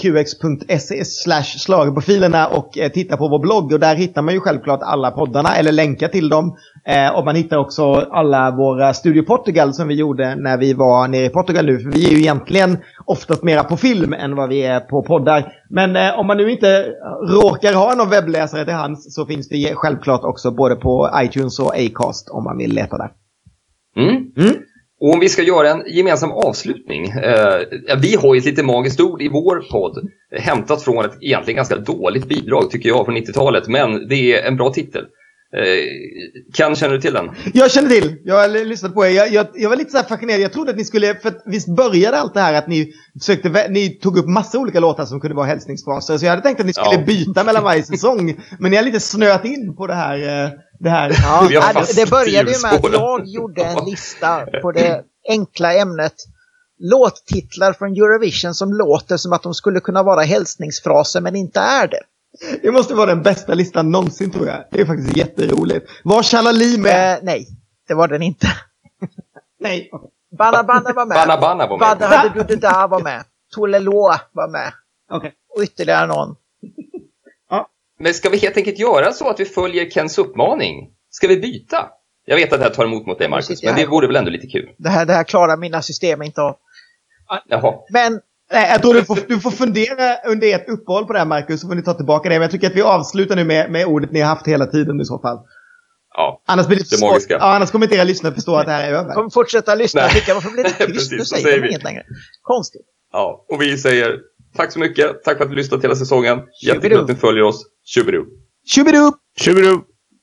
qx.se/slagerprofilerna och tittar på vår blogg. Och där hittar man ju självklart alla poddarna eller länkar till dem. Och man hittar också alla våra Studio Portugal som vi gjorde när vi var nere i Portugal nu. För vi är ju egentligen oftast mera på film än vad vi är på poddar. Men om man nu inte råkar ha någon webbläsare till hands så finns det självklart också både på iTunes och Acast om man vill leta där. Och om vi ska göra en gemensam avslutning. Vi har ju ett lite magiskt ord i vår podd. Hämtat från ett egentligen ganska dåligt bidrag tycker jag från 90-talet. Men det är en bra titel. Känner du till den? Jag känner till. Jag har lyssnat på er. Jag var lite så här fascinerad. Jag trodde att ni skulle, för att visst började allt det här att ni tog upp massa olika låtar som kunde vara hälsningsfraser. Så jag hade tänkt att ni skulle byta mellan varje säsong. Men ni har lite snöat in på det här. Ja, det började ju med att jag gjorde en lista på det enkla ämnet låttitlar från Eurovision som låter som att de skulle kunna vara hälsningsfraser men inte är det. Det måste vara den bästa listan någonsin tror jag. Det är faktiskt jätteroligt. Var Shalali med? Nej, det var den inte. Nej. Banna var med. Banna var med. Badda hade du där var med. Toleloa var med. Okej. Och ytterligare någon. Men ska vi helt enkelt göra så att vi följer Kens uppmaning? Ska vi byta? Jag vet att det här tar emot mot dig, Marcus, men det vore väl ändå lite kul. Det här klarar mina system inte av. Jaha. Men jag tror du får fundera under ett uppehåll på det här, Marcus, så får ni ta tillbaka det. Men jag tycker att vi avslutar nu med ordet ni har haft hela tiden i så fall. Ja, annars blir det magiska. Ja, annars kommer inte era lyssnare förstå att det här är över. Kommer fortsätta lyssna och tycka, varför blir det tyst? Precis, Nu så säger de vi. inget längre. Konstigt. Ja, och vi säger tack så mycket. Tack för att du lyssnat hela säsongen. Jättekul att ni följer oss. Tjubidu! Tjubidu! Tjubidu!